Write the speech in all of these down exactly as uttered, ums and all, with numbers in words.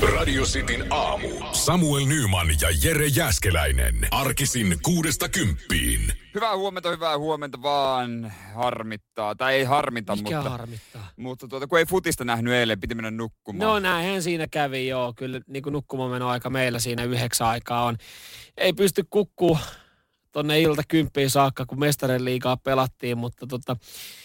Radio Cityn aamu. Samuel Nyman ja Jere Jääskeläinen. Arkisin kuudesta kymppiin. Hyvää huomenta, hyvää huomenta vaan. Harmittaa. Tai ei harmita, Mikä mutta... harmittaa? Mutta tuota, kun ei futista nähnyt eilen, piti mennä nukkumaan. No näinhän siinä kävi, joo. Kyllä niin kuin nukkumaanmenoaika meillä siinä yhdeksän aikaa on. Ei pysty kukkuu tonne ilta kymppiin saakka, kun Mestarien liigaa pelattiin, mutta tota...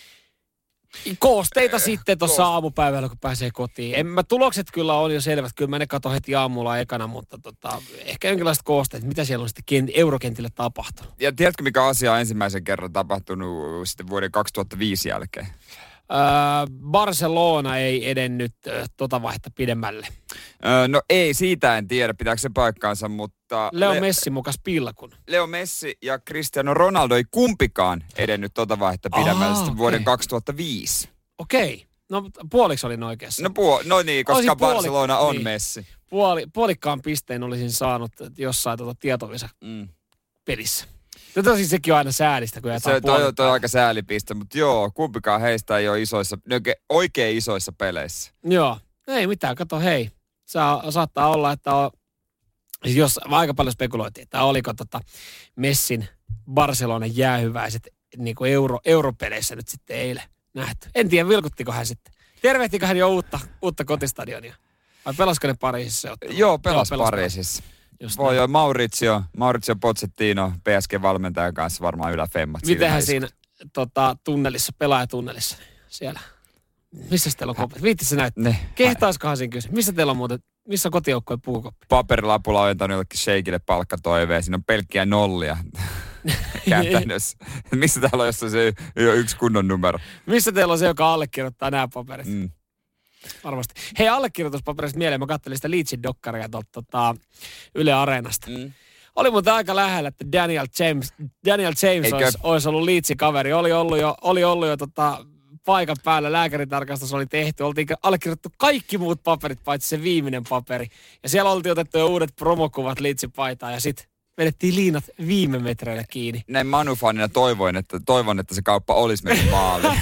Koosteita sitten tuossa aamupäivällä, kun pääsee kotiin. En mä, tulokset kyllä on jo selvät. Kyllä mä ne katon heti aamulla ekana, mutta tota, ehkä jonkinlaiset koosteet. Mitä siellä on sitten eurokentillä tapahtunut? Ja tiedätkö, mikä asia on ensimmäisen kerran tapahtunut sitten vuoden kaksituhattaviisi jälkeen? Öö, Barcelona ei edennyt ö, tota vaihetta pidemmälle. Öö, no ei, siitä en tiedä, pitääkö se paikkaansa, mutta... Leo Le- Messi mukas pilkun. Leo Messi ja Cristiano Ronaldo ei kumpikaan edennyt tota vaihetta pidemmälle sitten okay. vuoden kaksituhattaviisi. Okei. No puoliksi olin oikeassa. No, puo- no niin, koska Olisin Barcelona puoli- on niin. Messi. Puoli, puolikkaan pisteen olisin saanut jossain tota tietovisa Mm. pelissä. No tosin sekin on aina säälistä, kun jätään Se toi, toi on puolikkaan. aika säälipiste, mutta joo, kumpikaan heistä ei ole isoissa, oikein isoissa peleissä. Joo. Ei mitään, kato hei. Saa, saattaa olla, että on, siis jos aika paljon spekuloitiin, että oliko tota Messin Barcelonan jäähyväiset niin kuin euro, europeleissä nyt sitten eilen nähty. En tiedä, vilkuttiko hän sitten. Tervehtikö hän jo uutta, uutta kotistadionia? Vai pelasko ne Pariisissa? Joo, pelas pelas Pariisissa. Just Voi näin. joo, Maurizio, Maurizio Pochettino, P S G-valmentajan kanssa varmaan yläfemmat. Mitenhän silmäiskut. siinä tota, tunnelissa, pelaajatunnelissa siellä? Missä teillä on kopit? Viittis se näyttää. Ne. Kehtaiskohan siinä kysyä? Missä teillä on muuten, missä on kotijoukkojen puukoppi? Paperilapulla ojentanut jollekin sheikille palkkatoiveen. Siinä on pelkkiä nollia käytännössä. Missä täällä on jossain se jo yksi kunnon numero? Missä teillä on se, joka allekirjoittaa nämä paperit? Mm. Varmasti. Hei, allekirjoituspaperista mieleen. Mä katselin sitä Leedsin dokkaria tuolta tota, Yle Areenasta. Mm. Oli muuten aika lähellä, että Daniel James, Daniel James olisi, olisi ollut Leedsin kaveri. Oli ollut jo, oli ollut jo tota, paikan päällä, lääkäritarkastus oli tehty. Oltiin allekirjoittu kaikki muut paperit, paitsi se viimeinen paperi. Ja siellä oltiin otettu jo uudet promokuvat Leedsin paitaan ja sitten vedettiin liinat viime metreillä kiinni. Näin Manu-fanina toivoin, että, toivon, että se kauppa olisi mennyt maaliin.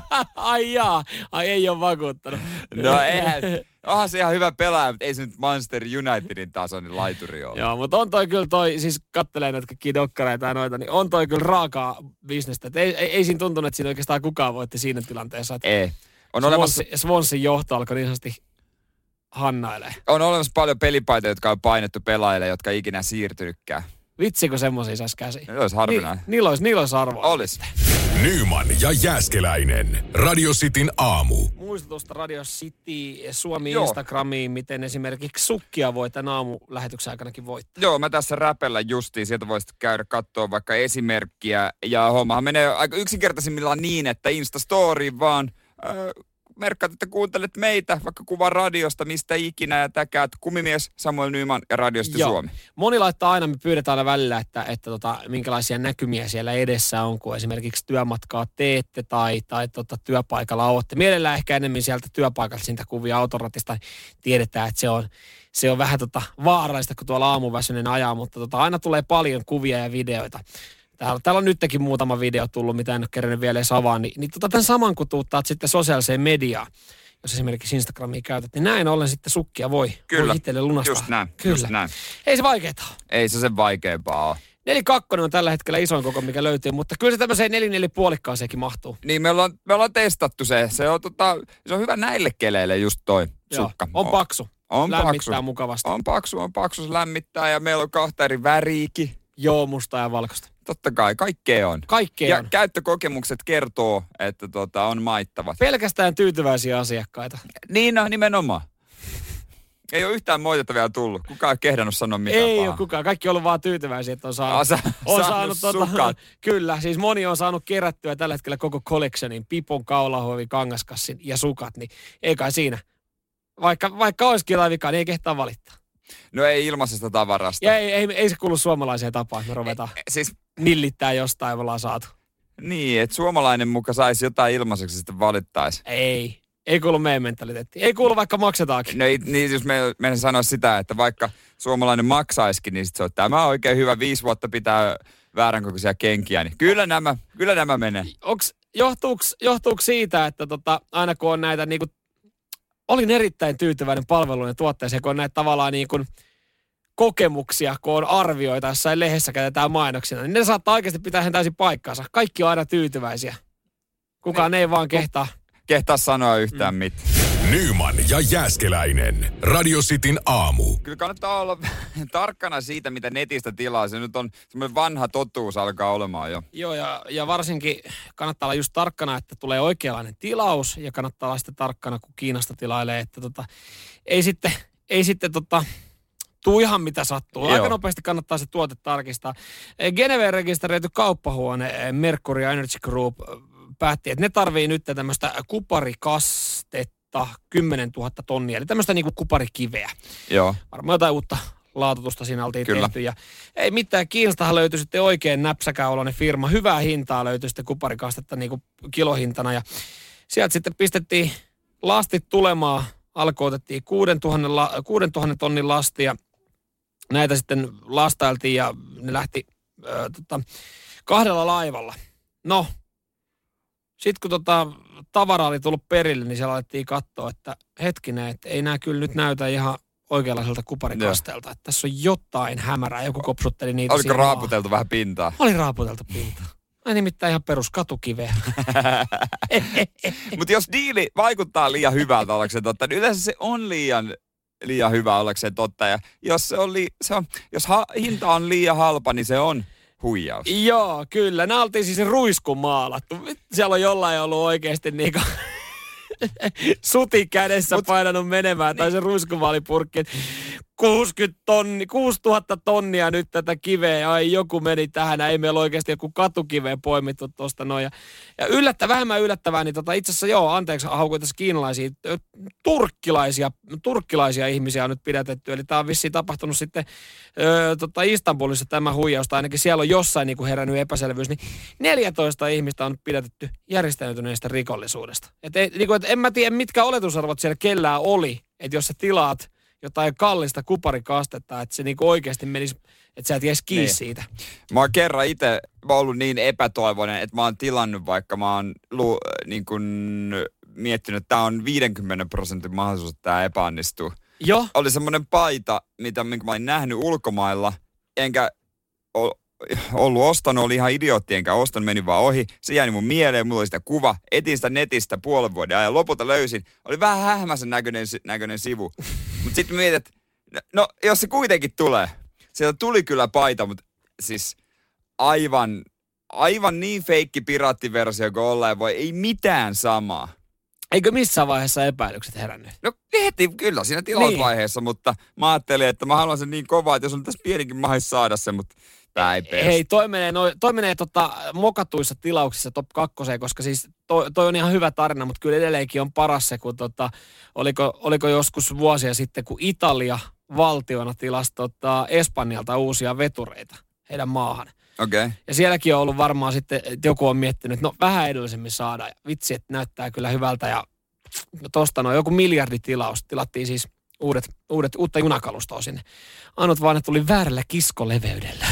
Ai jaa, ai ei ole vakuuttanut. No eihän, onhan se ihan hyvä pelaaja, mutta ei se nyt Manchester Unitedin tasoinen laituri ole. Joo, mutta on toi kyllä toi, siis kattelee näitä kaikkia dokkareita ja noita, niin on toi kyllä raakaa bisnestä. Ei, ei, ei siinä tuntunut, että siinä oikeastaan kukaan voitti siinä tilanteessa. Että Ei. On Swansea, olemassa, Swansin johto alkoi niin sanotusti hannailee. on olemassa paljon pelipaitoja, jotka on painettu pelaajille, jotka ei ikinä siirtynytkään. Vitsi, kun semmoisia saisi käsiin. Ne olisi harvinainen. Ni, niillä olisi, niillä olisi arvoa. Olisi. Nyman ja Jääskeläinen. Radio Cityn aamu. Muistutusta Radio City Suomi Joo. Instagramiin, miten esimerkiksi sukkia voi tämän aamulähetyksen aikanakin voittaa. Joo, mä tässä räpellä justiin. Sieltä voisit käydä katsoa vaikka esimerkkiä. Ja hommahan menee aika yksinkertaisimmillaan niin, että Instastoriin vaan äh, merkkaat, että kuuntelet meitä, vaikka kuvan radiosta, mistä ikinä, ja täkäät Kumimies, Samuel Nyman ja Radiosta Joo. Suomi. Moni laittaa aina, me pyydetään aina välillä, että, että tota, minkälaisia näkymiä siellä edessä on, kun esimerkiksi työmatkaa teette tai, tai tota, työpaikalla olette. Mielellään ehkä enemmän sieltä työpaikalta siitä kuvia autoratista. Tiedetään, että se on, se on vähän tota, vaarallista, kun tuolla aamuväsyneen ajaa, mutta tota, aina tulee paljon kuvia ja videoita. Täällä, täällä on nytkin muutama video tullut, mitä en ole kerännyt vielä edes avaa, niin, niin tota, tämän saman kun tuuttaat sitten sosiaaliseen mediaan, jos esimerkiksi Instagramia käytät, niin näin ollen sitten sukkia voi, Kyllä, voi itselle lunastaa. just näin, Kyllä. just näin. Ei se vaikeeta ole. Ei se sen vaikeampaa ole. neljä kaksi on tällä hetkellä isoin koko, mikä löytyy, mutta kyllä se tämmöiseen neljä neljä puolikkaaseenkin mahtuu. Niin me ollaan, me ollaan testattu se. Se on, tota, se on hyvä näille keleille just toi Joo, sukka. on paksu. On Lämmittää paksu. mukavasti. On paksu, on paksu, se lämmittää ja meillä on kahta eri väriikin. Joo, musta ja valkoista. Totta kai, kaikkea on. Kaikkea Ja on. käyttökokemukset kertoo, että tota, on maittavat. Pelkästään tyytyväisiä asiakkaita. Niin no, nimenomaan. Ei ole yhtään moitetta vielä tullut. Kukaan ei kehdannut sanoa mitään Ei pahaa. ole kukaan. Kaikki on ollut vaan tyytyväisiä, että on saanut, Aa, sa- on saanut saanut sukat. kyllä, siis moni on saanut kerättyä tällä hetkellä koko collectionin, pipon, kaulahuovi, kangaskassin ja sukat, niin ei kai siinä. Vaikka, vaikka olisikin jotain vikaa, niin ei kehtaa valittaa. No ei ilmaisesta tavarasta. Ja ei, ei, ei se kuulu suomalaiseen tapaan, että me ruvetaan E, siis nillittää jostain, me ollaan saatu. niin, että suomalainen muka saisi jotain ilmaiseksi, sitten valittaisi. Ei. Ei kuulu meidän mentaliteettiin. Ei kuulu, vaikka maksetaankin. No ei, niin jos me, me sanoa sitä, että vaikka suomalainen maksaisikin, niin sit se on, tämä on oikein hyvä, viisi vuotta pitää vääränkokoisia kenkiä, niin kyllä nämä, kyllä nämä menee. Onks, johtuuks, johtuuks siitä, että tota, aina kun on näitä niinku olin erittäin tyytyväinen palvelun ja tuotteeseen, kun on näitä tavallaan niin kuin kokemuksia, kun on arvioita, jossain lehdessä käytetään mainoksina, niin ne saattaa oikeasti pitää ihan täysin paikkaansa. Kaikki on aina tyytyväisiä. Kukaan ne, ei vaan kehtaa. Kehtaa sanoa yhtään mm. mitään. Nyman ja Jääskeläinen. Radio Cityn aamu. Kyllä kannattaa olla tarkkana siitä, mitä netistä tilaa. Se nyt on semmoinen vanha totuus alkaa olemaan jo. Joo, ja, ja varsinkin kannattaa olla just tarkkana, että tulee oikeanlainen tilaus. Ja kannattaa olla sitten tarkkana, kun Kiinasta tilailee, että tota, ei sitten, ei sitten tota, tuu ihan mitä sattuu. Aika Joo. nopeasti kannattaa se tuote tarkistaa. Geneveen rekisteröity kauppahuone Mercury Energy Group päätti, että ne tarvii nyt tämmöistä kuparikastetta kymmenen tuhatta tonnia. Eli tämmöistä niinku kuparikiveä. Joo. Varmaan jotain uutta laatutusta siinä oltiin Kyllä. tehty. Ja ei mitään, Kiinastahan löytyi sitten oikein näpsäkäoloinen firma. Hyvää hintaa löytyi sitten kuparikastetta niinku kilohintana. Ja sieltä sitten pistettiin lastit tulemaan. Alkoitettiin kuusituhatta tonnin lastia. Näitä sitten lastailtiin ja ne lähti äh, tota, kahdella laivalla. No, sitten kun tota, tavara oli tullut perille, niin siellä alettiin katsoa, että hetkinen, että ei nämä kyllä nyt näytä ihan oikeanlaiselta kuparikasteelta. Että tässä on jotain hämärää, joku kopsutteli niitä. Oliko raaputeltu vähän pintaa? Oli raaputeltu pintaa. Ei nimittäin ihan perus katukiveä. Mutta jos diili vaikuttaa liian hyvältä ollakseen totta, niin yleensä se on liian, liian hyvä ollakseen totta. Ja jos, se on li, se on, jos ha, hinta on liian halpa, niin se on huijaus. Joo, kyllä. Nämä oltiin siis ruiskun maalattu. Siellä on jollain ollut oikeasti niinku suti kädessä Mut, painanut menemään, niin. Tai se ruiskumaalipurkki. kuusikymmentä tonni, kuusituhatta tonnia nyt tätä kiveä. Ai joku meni tähän. Ei meillä oikeasti joku katukiveä poimittu tuosta noin. Ja, ja yllättä, vähemmän yllättävää, niin tota, itse asiassa joo, anteeksi, haukuin tässä kiinalaisia, turkkilaisia, turkkilaisia ihmisiä on nyt pidätetty. Eli tämä on vissiin tapahtunut sitten ö, tota Istanbulissa tämä huijaus, tai ainakin siellä on jossain niin kuin herännyt epäselvyys, niin neljätoista ihmistä on nyt pidätetty järjestäytyneestä rikollisuudesta. Et, ei, niin kuin, et en mä tiedä, mitkä oletusarvot siellä kellään oli, että jos sä tilaat jotain kallista kuparikastetta, että se niinku oikeasti menisi, että sä et jäisi kiinni niin. siitä. Mä oon kerran itse ollut niin epätoivoinen, että mä oon tilannut, vaikka mä oon lu, niin kun miettinyt, että tää on viidenkymmenen prosentin mahdollisuus, että tää epäonnistuu. Joo. Oli semmoinen paita, mitä minkä mä olin nähnyt ulkomailla, enkä ollut ostanut, oli ihan idiootti, enkä ostanut, meni vaan ohi. Se jäi mun mieleen, mulla oli sitä kuva, etin sitä netistä puolen vuoden ajan, lopulta löysin. Oli vähän hähmäisen näköinen, näköinen sivu. Mutta sitten mietin, että no, no jos se kuitenkin tulee. Sieltä tuli kyllä paita, mutta siis aivan, aivan niin feikki piraattiversio kuin ollaan voi, ei mitään samaa. Eikö missään vaiheessa epäilykset herännyt? No heti kyllä siinä tilausvaiheessa, niin. Mutta mä ajattelin, että mä haluan sen niin kovaa, että jos on tässä pienikin mahis saada sen, mutta tää ei pees. Hei, toi menee, no, toi menee tota, mokatuissa tilauksissa top kakkoseen, koska siis toi, toi on ihan hyvä tarina, mutta kyllä edelleenkin on paras se, kun tota, oliko, oliko joskus vuosia sitten, kun Italia valtiona tilasi tota, Espanjalta uusia vetureita heidän maahan. Okay. Ja sielläkin on ollut varmaan sitten, että joku on miettinyt, että no vähän edullisemmin saadaan. Ja vitsi, että näyttää kyllä hyvältä. Ja tosta no joku miljarditilaus. Tilattiin siis uudet, uudet, uutta junakalustoa sinne. Ainut vaan, että tuli väärällä kiskoleveydellä.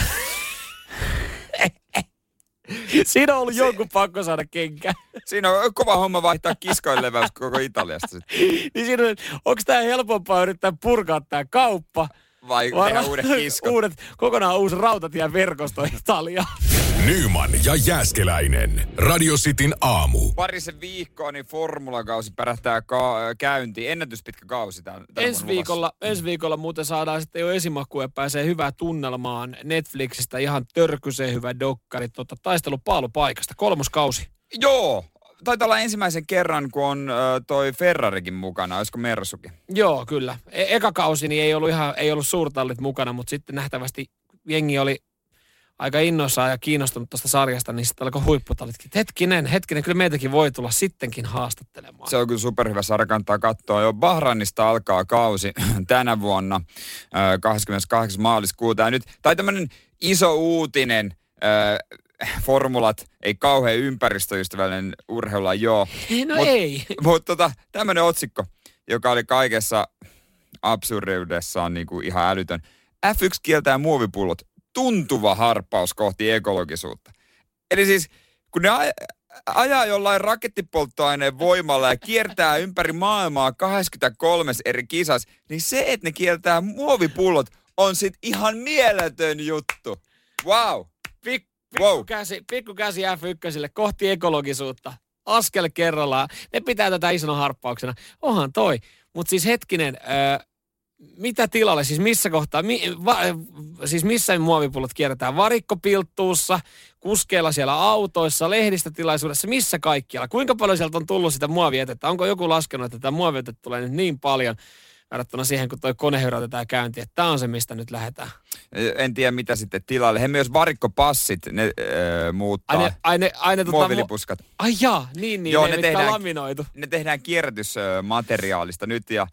Siinä on ollut jonkun pakko saada kenkään. Siinä on kova homma vaihtaa kiskojen leveys koko Italiasta sitten. Niin siinä on, onko tämä helpompaa yrittää purkaa tämä kauppa? Vai tehdä uudet kiskot? Uudet, kokonaan uusi rautatieverkosto Italiaan. Nyman ja Jääskeläinen. Radio Cityn aamu. Parisen viikkoa, niin formulakausi pärähtää ka- käyntiin. Ennätyspitkä kausi. Tämän, tämän ensi, viikolla, ensi viikolla muuten saadaan sitten jo esimaku ja pääsee hyvää tunnelmaan Netflixistä. Ihan törkyisen hyvä dokkari. Tota, taistelu paalupaikasta. Kolmos kausi. Joo. Taitaa olla ensimmäisen kerran, kun on äh, toi Ferrarikin mukana. Olisiko Mersukin? Joo, kyllä. E- eka kausi niin ei ollut, ihan, ei ollut suurtallit mukana, mutta sitten nähtävästi jengi oli aika innoissaan ja kiinnostunut tuosta sarjasta, niin sitten alkoi huipputallitkin. Hetkinen, hetkinen, kyllä meitäkin voi tulla sittenkin haastattelemaan. Se on kyllä superhyvä sarja, kannattaa katsoa. Jo Bahrainista alkaa kausi tänä vuonna, äh, kahdeskymmeneskahdeksas maaliskuuta. Ja nyt, tai tämmöinen iso uutinen, äh, formulat, ei kauhean ympäristöystävällinen urheilua, joo. No mut, ei. Mutta tota, tämmöinen otsikko, joka oli kaikessa absurdiudessaan niin kuin ihan älytön. F yksi kieltää muovipullot. Tuntuva harppaus kohti ekologisuutta. Eli siis, kun ne ajaa jollain rakettipolttoaineen voimalla ja kiertää ympäri maailmaa kaksikymmentäkolme eri kisas, niin se, että ne kieltää muovipullot, on sit ihan mieletön juttu. Wow. Pik, wow. pikku, käsi, pikku käsi F yksi kohti ekologisuutta. Askel kerrallaan. Ne pitää tätä isona harppauksena. Onhan toi. Mutta siis hetkinen, öö, mitä tilalle? Siis missä kohtaa? Mi, va, siis missä muovipullot kierretään? Varikkopilttuussa, kuskeilla siellä autoissa, lehdistötilaisuudessa, missä kaikkialla? Kuinka paljon sieltä on tullut sitä muovietettä? Onko joku laskenut, että tämä muovietettä tulee nyt niin paljon verrattuna siihen, kun toi kone hyrätetään käyntiin, että tämä on se, mistä nyt lähdetään? En tiedä, mitä sitten tilalle. He myös varikkopassit, ne öö, muuttaa. Aine, aine, aine, tota, muovilipuskat. Ai jaa, niin, niin, Joo, ne, ne tehdään, laminoitu. Ne tehdään kierrätysmateriaalista nyt ja...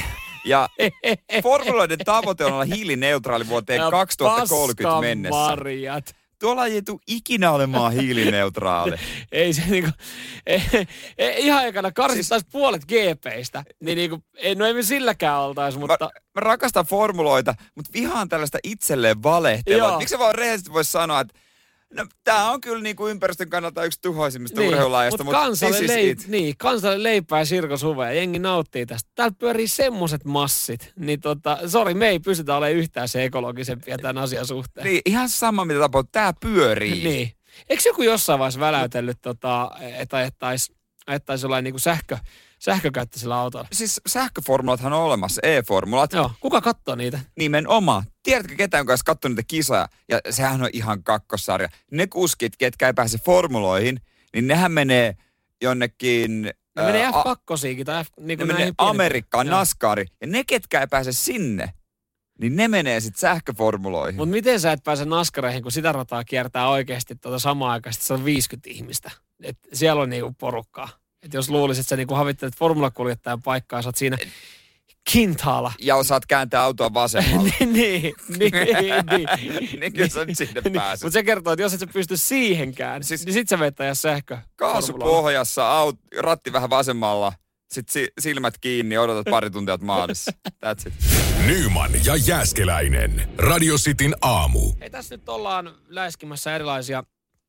Ja formuloiden tavoite on olla hiilineutraali vuoteen ja kaksituhattakolmekymmentä mennessä. Marjat. Tuolla ei tule ikinä olemaan hiilineutraali. ei se niinku, ei, ei, ihan ekana karsittaisi siis, puolet G P:istä. Niin niinku, ei, no ei me silläkään oltaisi, mutta... Mä, mä rakastan formuloita, mutta vihaan tällaista itselleen valehtelua. Miksi se vaan rehellisesti voisi sanoa, että no, tää on kyllä niinku ympäristön kannalta yksi tuhoisimmista niin, urheilulajista, mutta kansalle, leip- niin, kansalle leipää ja Sirko ja jengi nauttii tästä. Täällä pyörii semmoset massit, niin tota, sori, me ei pystytä olemaan yhtään se ekologisempia tämän asian suhteen. Niin, ihan sama mitä tapahtuu, tää pyörii. Niin. Eikö joku jossain vaiheessa väläytellyt, tota, että ajettaisiin ajettais jollain niinku sähkö, sähkökäyttöisellä autolla? Siis sähköformulathan on olemassa, e-formulat. Joo, kuka katsoo niitä? Nimenomaan. Tiedätkö ketään, joka olisi katsonut niitä kisoja? Ja sehän on ihan kakkossarja. Ne kuskit, ketkä ei pääse formuloihin, niin nehän menee jonnekin... Ne ää, menee F kaksi tai F... Niin ne menee Amerikkaan, NASCARi. Ja ne, ketkä ei pääse sinne, niin ne menee sitten sähköformuloihin. Mutta miten sä et pääse NASCAReihin, kun sitä rataa kiertää oikeasti tuota samaan aikaan, se on viisikymmentä ihmistä. Et siellä on niinku porukkaa. Et jos luulisit, että sä niinku havittelet formulakuljettajan paikkaa, sä oot siinä kintaalla. Ja osaat kääntää autoa vasemmalle. niin, niin, niin. niin kyllä sä nyt sinne pääset. Mutta se kertoo, että jos et sä pysty siihenkään, siis, niin sit sä vettää sähkö. Kaasu pohjassa, aut, ratti vähän vasemmalla, sit si, silmät kiinni, odotat pari tuntia maalissa. That's it. Nyman ja Jääskeläinen. Radio Cityn aamu. Hei, tässä nyt ollaan läiskimässä erilaisia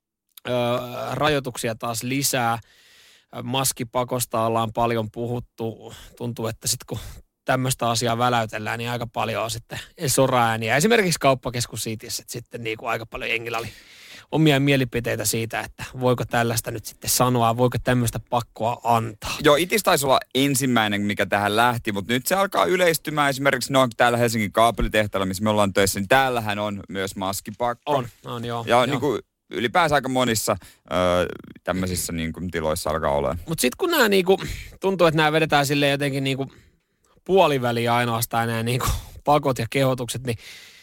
ö, rajoituksia taas lisää. Maskipakosta ollaan paljon puhuttu. Tuntuu, että sitten kun tämmöistä asiaa väläytellään, niin aika paljon on sitten soraääniä. Esimerkiksi kauppakeskus Cityssä, että sitten niin kuin aika paljon jengillä oli omia mielipiteitä siitä, että voiko tällaista nyt sitten sanoa, voiko tämmöistä pakkoa antaa. Joo, Itis taisi olla ensimmäinen, mikä tähän lähti, mutta nyt se alkaa yleistymään. Esimerkiksi no, täällä Helsingin kaapelitehtaalla, missä me ollaan töissä, niin täällähän on myös maskipakko. On, on joo. Ja joo. Niin kuin ylipäänsä aika monissa ö, tämmöisissä niin kuin, tiloissa alkaa olemaan. Mutta sitten kun nämä niin kuin, tuntuu, että nämä vedetään silleen jotenkin niin kuin puoliväliä ainoastaan nämä niin kuin pakot ja kehotukset, niin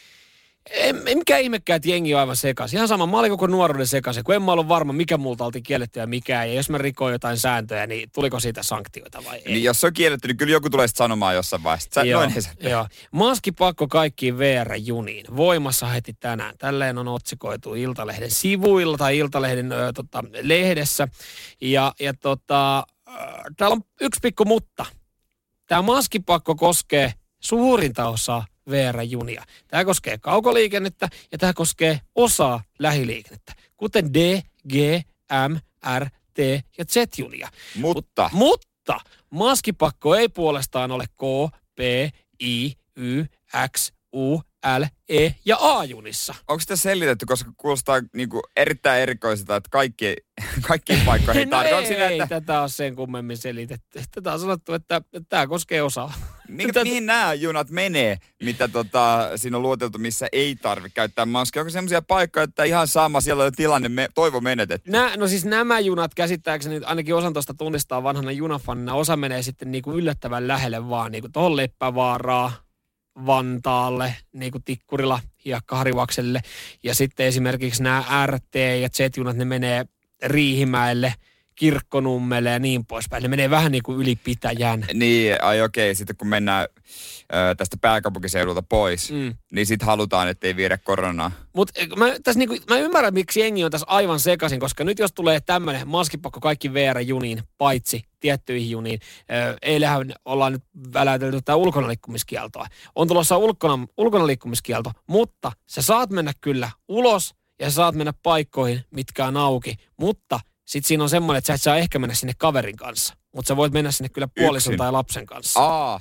ei, ei mikään ihmekään, että jengi on aivan sekaisin. Ihan sama, mä olin koko nuoruuden sekaisin, kun en mä ollut varma, mikä multa oltiin kielletty ja mikä ei. Ja jos mä rikoin jotain sääntöjä, niin tuliko siitä sanktioita vai ei? Niin jos se on kielletty, niin kyllä joku tulee sitten sanomaan jossain vaiheessa. Sä, joo, noin ei se. Joo. Maskipakko kaikkiin V R-juniin. Voimassa heti tänään. Tälleen on otsikoitu Iltalehden sivuilla tai Iltalehden ö, tota, lehdessä. Ja, ja tota, äh, täällä on yksi pikku mutta. Tämä maskipakko koskee suurinta osaa V R-junia. Tämä koskee kaukoliikennettä ja tämä koskee osaa lähiliikennettä, kuten D, G, M, R, T ja Z-junia. Mutta. Mut, mutta maskipakko ei puolestaan ole K, P, I, Y, X, U, L, E ja A-junissa. Onko sitä selitetty, koska kuulostaa niinku erittäin erikoiselta, että kaikki, kaikkiin paikkoihin ei tarvitse. No ei, siinä, ei että... tätä ole sen kummemmin selitetty. Tätä on sanottu, että, että tämä koskee osaa. Mihin, tätä... mihin nämä junat menee, mitä tota, siinä on luoteltu, missä ei tarvitse käyttää maskia? Onko sellaisia paikkoja, että ihan sama, siellä on tilanne, me, toivo menetetty? Nä, no siis nämä junat käsittääkseni, ainakin osan tuosta tunnistaa vanhana junafanina, osa menee sitten niinku yllättävän lähelle vaan niinku tuohon Leppävaaraa, Vantaalle, niin kuin Tikkurila, Hiekka-Harivakselle. Ja sitten esimerkiksi nämä R T ja Z-junat, ne menee Riihimäelle, Kirkkonummelle ja niin poispäin. Ne menee vähän niin kuin yli Pitäjän. Niin, ai okei. Sitten kun mennään ö, tästä pääkaupunkiseudulta pois, mm. niin sitten halutaan, ettei viedä koronaa. Mutta mä, niinku, mä ymmärrän, miksi jengi on tässä aivan sekaisin, koska nyt jos tulee tämmöinen maskipakko kaikki V R-juniin, paitsi tiettyihin juniin. Eilähän ollaan nyt väläytelty tätä ulkonaliikkumiskieltoa. On tulossa ulkona, ulkonaliikkumiskielto, mutta sä saat mennä kyllä ulos ja sä saat mennä paikkoihin, mitkä on auki, mutta Sitten siinä on semmoinen, että sä et saa ehkä mennä sinne kaverin kanssa, mutta sä voit mennä sinne kyllä puolison Yksin. tai lapsen kanssa. Aa.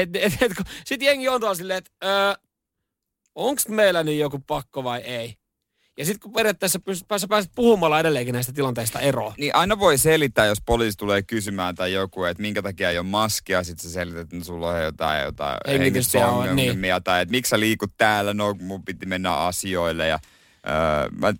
Sitten jengi on tuolla silleen, että öö, onko meillä nyt joku pakko vai ei? Ja sitten kun periaatteessa sä pääset puhumalla edelleenkin näistä tilanteista eroon. Niin aina voi selittää, jos poliisi tulee kysymään tai joku, että minkä takia ei ole maskia, sitten sä selität, että sulla on jotain, jotain hengitysongelmia, niin. Tai että miksi sä liikut täällä, no mun piti mennä asioille ja öö, mä,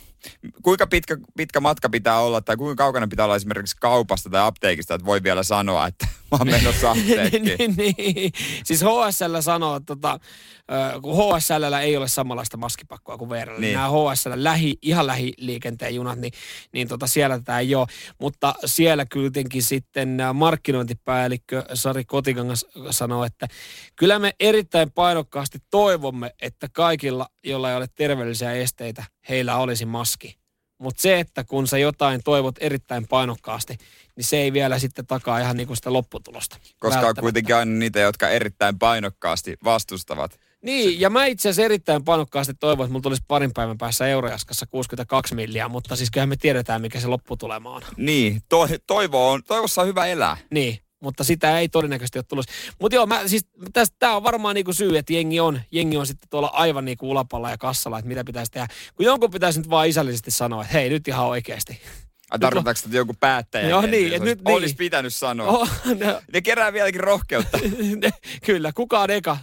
kuinka pitkä, pitkä matka pitää olla tai kuinka kaukana pitää olla esimerkiksi kaupasta tai apteekista, että voi vielä sanoa, että mä oon menossa apteekkiin. niin, niin. Siis H S L sanoo, että tota, kun H S L ei ole samanlaista maskipakkoa kuin V R L. Niin. Nämä H S L lähi, ihan lähiliikenteen junat, niin, niin tota siellä tätä ei ole. Mutta siellä kuitenkin sitten markkinointipäällikkö Sari Kotikangas sanoo, että kyllä me erittäin painokkaasti toivomme, että kaikilla, joilla ei ole terveellisiä esteitä, heillä olisi maski. Mutta se, että kun sä jotain toivot erittäin painokkaasti, niin se ei vielä sitten takaa ihan niin kuin sitä lopputulosta. Koska on kuitenkin aina niitä, jotka erittäin painokkaasti vastustavat. Niin, ja mä itse asiassa erittäin painokkaasti toivon, että mulla tulisi parin päivän päässä Eurojaskassa kuusikymmentäkaksi milliä, mutta siis kyllähän me tiedetään, mikä se lopputulema on. Niin, to, toivo on, toivossa on hyvä elää. Niin, mutta sitä ei todennäköisesti ole tullut. Mutta joo, mä, siis tämä on varmaan niinku syy, että jengi on, jengi on sitten tuolla aivan niinku ulapalla ja kassalla, että mitä pitäisi tehdä. Kun jonkun pitäisi nyt vaan isällisesti sanoa, että hei, nyt ihan oikeasti. Tarkoitatko, että joku päättäjä? Joo, niin, että nyt olisi niin. pitänyt sanoa. Oh, no. Ne kerää vieläkin rohkeutta. Kyllä, kuka on eka?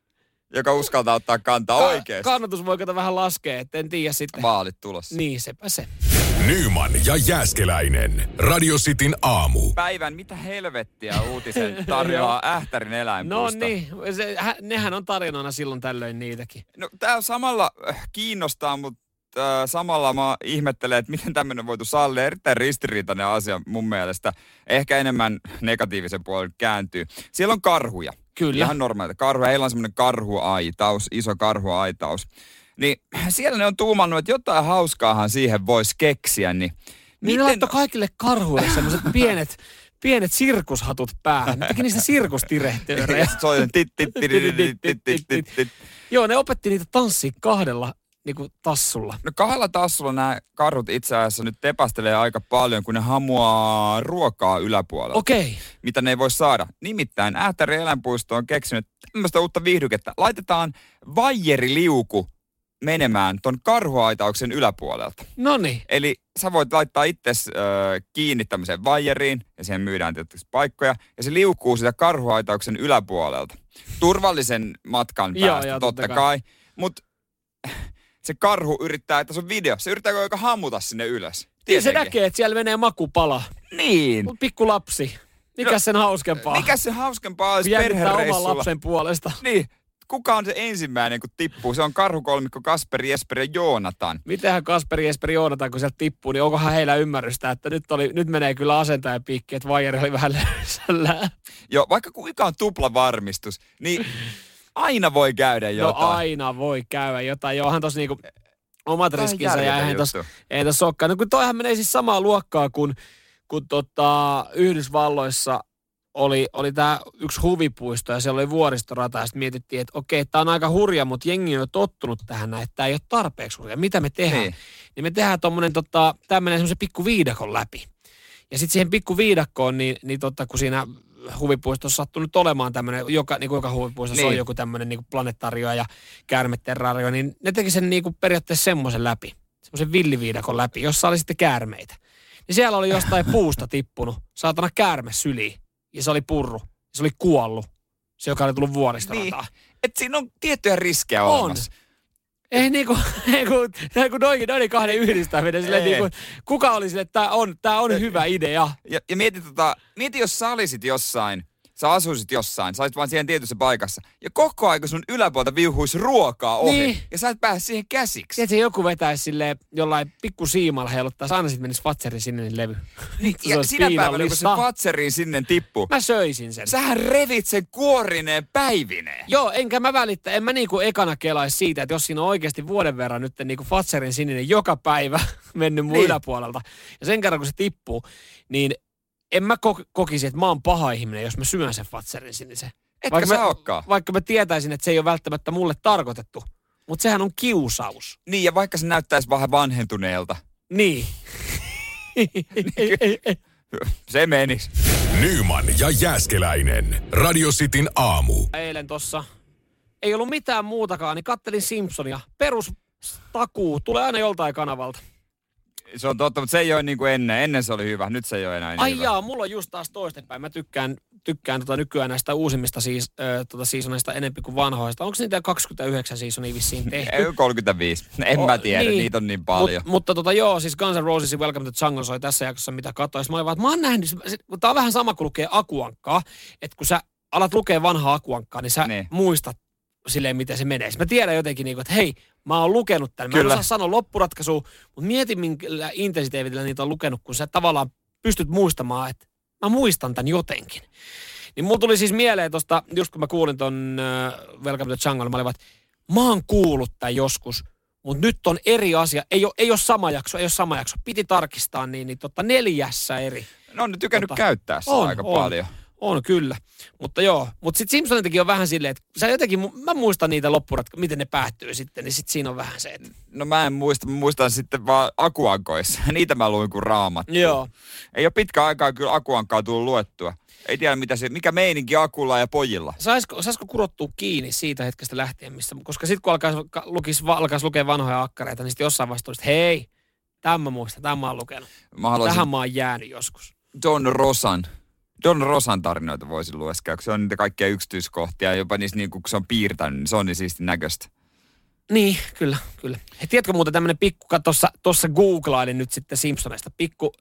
Joka uskaltaa ottaa kantaa Ka- oikeasti. Kannatus voi kato vähän laskea, että en tiedä sitten. Vaalit tulossa. Niin, sepä se. Nyman ja Jääskeläinen. Radio Cityn aamu. Päivän mitä helvettiä uutisen tarjoaa Ähtärin eläinpuisto. No niin, se, hä, nehän on tarinana silloin tällöin niitäkin. No tää samalla kiinnostaa, mutta äh, samalla mä ihmettelen, että miten tämmöinen voitu sallia. Erittäin ristiriitainen asia mun mielestä. Ehkä enemmän negatiivisen puolen kääntyy. Siellä on karhuja. Kyllä. Ihan normaalita karhuja. Heillä on semmoinen karhuaitaus, iso karhuaitaus. Niin siellä ne on tuumannut, että jotain hauskaahan siihen voisi keksiä. Niin Niin miten... ne laittoi kaikille karhuille semmoiset pienet, pienet sirkushatut päähän. Ne teki niistä sirkustirehtöörejä. Joo, ne opetti niitä tanssia kahdella niinku tassulla. No kahdella tassulla nämä karhut itse asiassa nyt tepastelee aika paljon, kun ne hamuaa ruokaa yläpuolella. Okei. Okay. Mitä ne ei voi saada. Nimittäin Ähtärin eläinpuisto on keksinyt tämmöistä uutta viihdykettä. Laitetaan vaijeriliuku menemään ton karhuaitauksen yläpuolelta. Noniin. Eli sä voit laittaa itse äh, kiinni tämmöiseen vaijeriin ja siihen myydään tietysti paikkoja ja se liukuu sitä karhuaitauksen yläpuolelta. Turvallisen matkan päästä joo, joo, totta kai, kai. Mutta se karhu yrittää, että se on video, se yrittää koko ajan hammuta sinne ylös. Niin se näkee, että siellä menee makupala. Niin. Pikku lapsi. Mikä no, sen hauskempaa? Mikä sen hauskempaa olisi perhereissulla? Oman lapsen puolesta. Niin. Kuka on se ensimmäinen, kun tippuu? Se on karhukolmikko Kasperi, Jesperi ja Joonatan. Mitähän Kasperi, Jesperi, Joonatan, kun sieltä tippuu, niin onkohan heillä ymmärrystä, että nyt, oli, nyt menee kyllä asentajan piikki, että vaijeri oli vähän löysällä. Joo, vaikka kuinka on tuplavarmistus, niin aina voi käydä jotain. No aina voi käydä jotain. Joo, onhan tossa niinku omat riskinsä ja eihän tossa, ei tossa olekaan. No kun toihan menee siis samaa luokkaa kuin kun tota Yhdysvalloissa oli, oli tämä yksi huvipuisto ja siellä oli vuoristorata ja sitten mietittiin, että okei, tämä on aika hurja, mutta jengi on jo tottunut tähän, että tämä ei ole tarpeeksi hurja. Mitä me tehdään? Niin, niin me tehdään tommonen, tota, tämä menee semmoisen pikku viidakon läpi. Ja sitten siihen pikku viidakkoon, niin, niin tota, kun siinä huvipuistossa sattuu nyt olemaan tämmöinen, joka, niin kuin joka huvipuistossa niin on joku tämmöinen niin planettario ja käärmetterrario, niin ne teki sen niin kuin periaatteessa semmoisen läpi, semmoisen villiviidakon läpi, jossa oli sitten käärmeitä. Niin siellä oli jostain puusta tippunut, saatana käärme syliin. Ja se oli purru. Se oli kuollut. Se, joka oli tullut vuoristorataan. Niin. Että siinä on tiettyjä riskejä on olemassa. Ei niinku, niinku, niinku noin, noin kahden yhdistäminen. Silleen niinku, kuka oli sille, että tää on, tää on hyvä idea. Ja, ja mieti, tota, mieti, jos sä olisit jossain, sä asuisit jossain, sä olisit vaan siihen tietyssä paikassa. Ja koko aika sun yläpuolta viuhuisi ruokaa ohi. Niin. Ja sä et pääse siihen käsiksi. Tiedätkö, joku vetäisi silleen jollain pikku siimalla heiluttaisi, aina sit menisi Fatserin sininen levy. Niin, ja sinä päivänä, kun se Fatseriin sinne tippuu. Mä söisin sen. Sähän revit sen kuorineen päivineen. Joo, enkä mä välittä, en mä niinku ekana kelaisi siitä, että jos siinä on oikeasti vuoden verran nyt niinku Fatserin sininen joka päivä mennyt mun niin yläpuolelta. Ja sen kerran, kun se tippuu, niin en mä kokisi, että mä oon paha ihminen, jos mä syön sen Fatserin sinisen. Etkä vaikka sä mä, olekaan. Vaikka mä tietäisin, että se ei ole välttämättä mulle tarkoitettu. Mutta sehän on kiusaus. Niin, ja vaikka se näyttäisi vähän vanhentuneelta. Niin. Se menis. Nyman ja Jääskeläinen. Radio Cityn aamu. Eilen tossa ei ollut mitään muutakaan, niin kattelin Simpsonia. Perustakuu, tulee aina joltain kanavalta. Se on totta, mutta se ei ole niin kuin ennen. Ennen se oli hyvä, nyt se ei ole enää niin Ai hyvä. jaa, mulla on just taas toistepäin. Mä tykkään, tykkään tota nykyään näistä uusimmista siis, äh, tota seasoneista enempi kuin vanhoista. Onko niitä kaksikymmentäyhdeksän seasonia vissiin tehty? Ei, kolmekymmentäviisi. En o, mä tiedä, niin. Niitä on niin paljon. Mut, mutta tota joo, siis Guns N' Rosesin Welcome to Jungle soi tässä jaksossa, mitä katsoin. Mä olin vaan, että mä oon nähnyt, tää on vähän sama kuin lukee Akuankkaa, että kun sä alat lukea vanhaa Akuankkaa, niin sä niin. muistat silleen, miten se menee. Mä tiedän jotenkin, niin kuin, että hei, mä oon lukenut tämän. Mä Kyllä. en osaa sanoa loppuratkaisua, mutta mieti, minkä intensiteetillä niitä on lukenut, kun sä tavallaan pystyt muistamaan, että mä muistan tämän jotenkin. Niin mulla tuli siis mieleen tosta, just kun mä kuulin ton uh, Welcome to Jungle, mä olin vaan, että mä oon kuullut tämän joskus, mutta nyt on eri asia. Ei ole, ei ole sama jakso, ei ole sama jakso. Piti tarkistaa niin, niin totta neljässä eri. No on ne tykännyt tota, käyttää sitä on, aika on. paljon. On kyllä, mutta joo. Mutta sitten Simpsonitakin on vähän silleen, että sä jotenkin, mä muistan niitä loppurat, miten ne päättyy sitten, niin sitten siinä on vähän se, että... No mä en muista, mä muistan sitten vaan Akuankoissa. Niitä mä luin kuin raamattu. Joo. Ei ole pitkä aikaa kyllä Akuankaa tullut luettua. Ei tiedä mitä se, mikä meininki Akulla ja pojilla. Saisiko, saisiko kurottua kiinni siitä hetkestä lähtien, missä, koska sitten kun alkaisi, lukis, alkaisi lukea vanhoja akkareita, niin sitten jossain vaiheessa tulisi, hei, tämän mä muistan, tämän mä oon lukenut. Mä haluaisin... Tähän mä oon jäänyt joskus. Don Rosan. Don Rosan tarinoita voisin lueskea, kun se on niitä kaikkia yksityiskohtia, jopa niissä niin kun se on piirtänyt, niin se on niin siisti näköistä. Niin, kyllä, kyllä. He, tiedätkö muuten tämmönen pikku, tuossa, tuossa googlailin nyt sitten Simpsoneista, pikku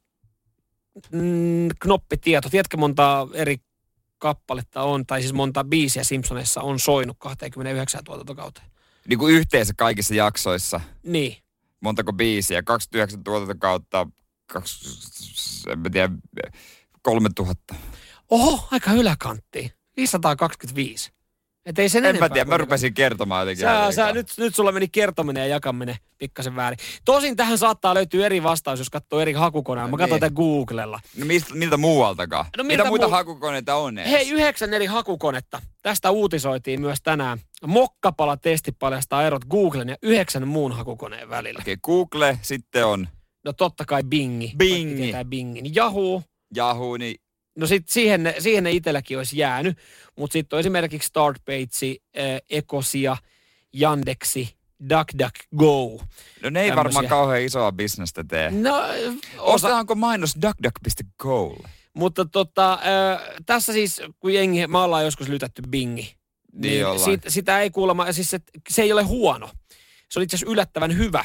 mm, knoppitieto. Tiedätkö monta eri kappaletta on, tai siis monta biisiä Simpsoneissa on soinut kaksikymmentäyhdeksän tuotantokauteen? Niin kuin yhteensä kaikissa jaksoissa. Niin. Montako biisiä? kaksikymmentäyhdeksän tuotantokautta, kaksi, en mä tiedä, kolmetuhatta. Oho, aika yläkanttiin. viisisataakaksikymmentäviisi. Et ei sen en enempää. mä tiedä, mä rupesin kertomaan jotenkin. Sä, sä, nyt, nyt sulla meni kertominen ja jakaminen pikkasen väärin. Tosin tähän saattaa löytyä eri vastaus, jos katsoo eri hakukoneella. Mä katson niin. Tätä Googlella. No mistä, miltä muualtakaan? No, mitä muita muu... hakukoneita on edes? Hei, yhdeksän eri hakukonetta. Tästä uutisoitiin myös tänään. Mokkapala-testi paljastaa erot Googlen ja yhdeksän muun hakukoneen välillä. Okei, okay, Google, sitten on... No totta kai Bingi. Bingi. Bingin. Yahoo. Yahoo, niin... No sit siihen ne, siihen ne itselläkin olisi jäänyt, mutta sitten on esimerkiksi Startpage, äh, Ecosia, Yandeksi, DuckDuckGo. No ne ei Tämmösiä. Varmaan kauhean isoa bisnestä tee. No, osa... Ostetaanko mainos duckduck piste golle? Mutta tota, äh, tässä siis, kun jengi, me ollaan joskus lytätty Bingi, niin, niin sit, sitä ei kuulemma, siis se, se ei ole huono. Se on itse asiassa yllättävän hyvä.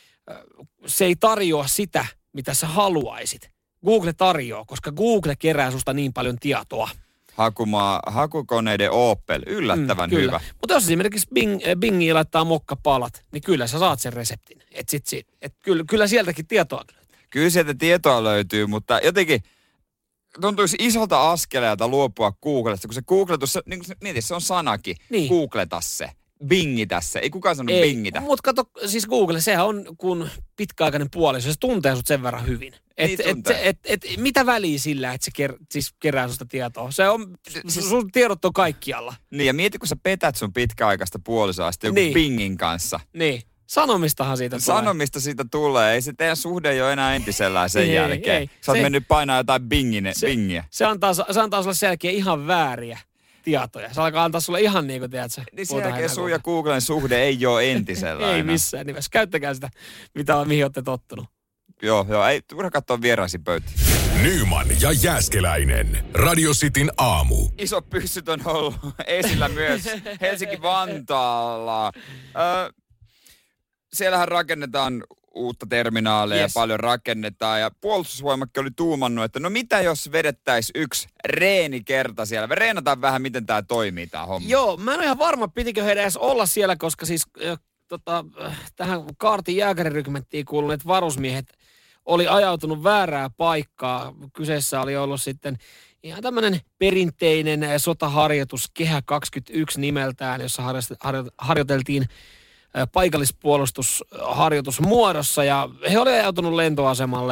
Se ei tarjoa sitä, mitä sä haluaisit. Google tarjoaa, koska Google kerää susta niin paljon tietoa. Hakumaa, hakukoneiden Opel, yllättävän mm, hyvä. Mutta jos esimerkiksi Bing, Bingiin laittaa mokkapalat, niin kyllä sä saat sen reseptin. Et sit, sit, et kyllä, kyllä sieltäkin tietoa löytyy. Kyllä sieltä tietoa löytyy, mutta jotenkin tuntuisi isolta askeleelta luopua Googlesta, kun se Googletus, niin kuin se, mieti, se on sanakin, niin. Googleta se. Bingitä se. Ei kukaan sanonut ei, bingitä. Mutta kato, siis Google, sehän on kun pitkäaikainen puoliso. Se tuntee sut sen verran hyvin. Et, niin et, et, et, et, mitä väliä sillä, että se ker, siis kerää susta tietoa? Se on, siis, sun tiedot on kaikkialla. Niin, ja mieti, kun sä petät sun pitkäaikaista puolisoa sitten joku niin. Bingin kanssa. Niin. Sanomistahan siitä tulee. Sanomista siitä tulee. Ei se teidän suhde ei ole enää entisellään sen ei, jälkeen. Ei. Sä oot se, mennyt painaa jotain bingine, se, bingiä. Se antaa, se antaa sulle sen jälkeen ihan vääriä tietoja. Se alkaa antaa sulle ihan niin kuin, tiedätkö? Niin sen jälkeen sun ja Googlen suhde ei ole entisellään. Ei missään nimessä. Käyttäkää sitä, mitä, mihin olette tottunut. Joo, joo. Ei turha katsoa vieraisiin pöytiin. Nyman ja Jääskeläinen. Radio Cityn aamu. Iso pyssyt on ollut esillä myös Helsinki-Vantaalla. Öö, siellähän rakennetaan uutta terminaalia yes. ja paljon rakennetaan. Ja puolustusvoimakki oli tuumannut, että no mitä jos vedettäisiin yksi reenikerta siellä. Me reenataan vähän, miten tämä toimii tämä homma. Joo, mä en ole ihan varma, pitikö heidän edes olla siellä, koska siis äh, tota, äh, tähän kaartin jääkärirykmenttiin kuuluneet varusmiehet oli ajautunut väärää paikkaa. Kyseessä oli ollut sitten ihan tämmöinen perinteinen sotaharjoitus Kehä kaksikymmentäyksi nimeltään, jossa harjoiteltiin paikallispuolustusharjoitusmuodossa ja he olivat ajautunut lentoasemalle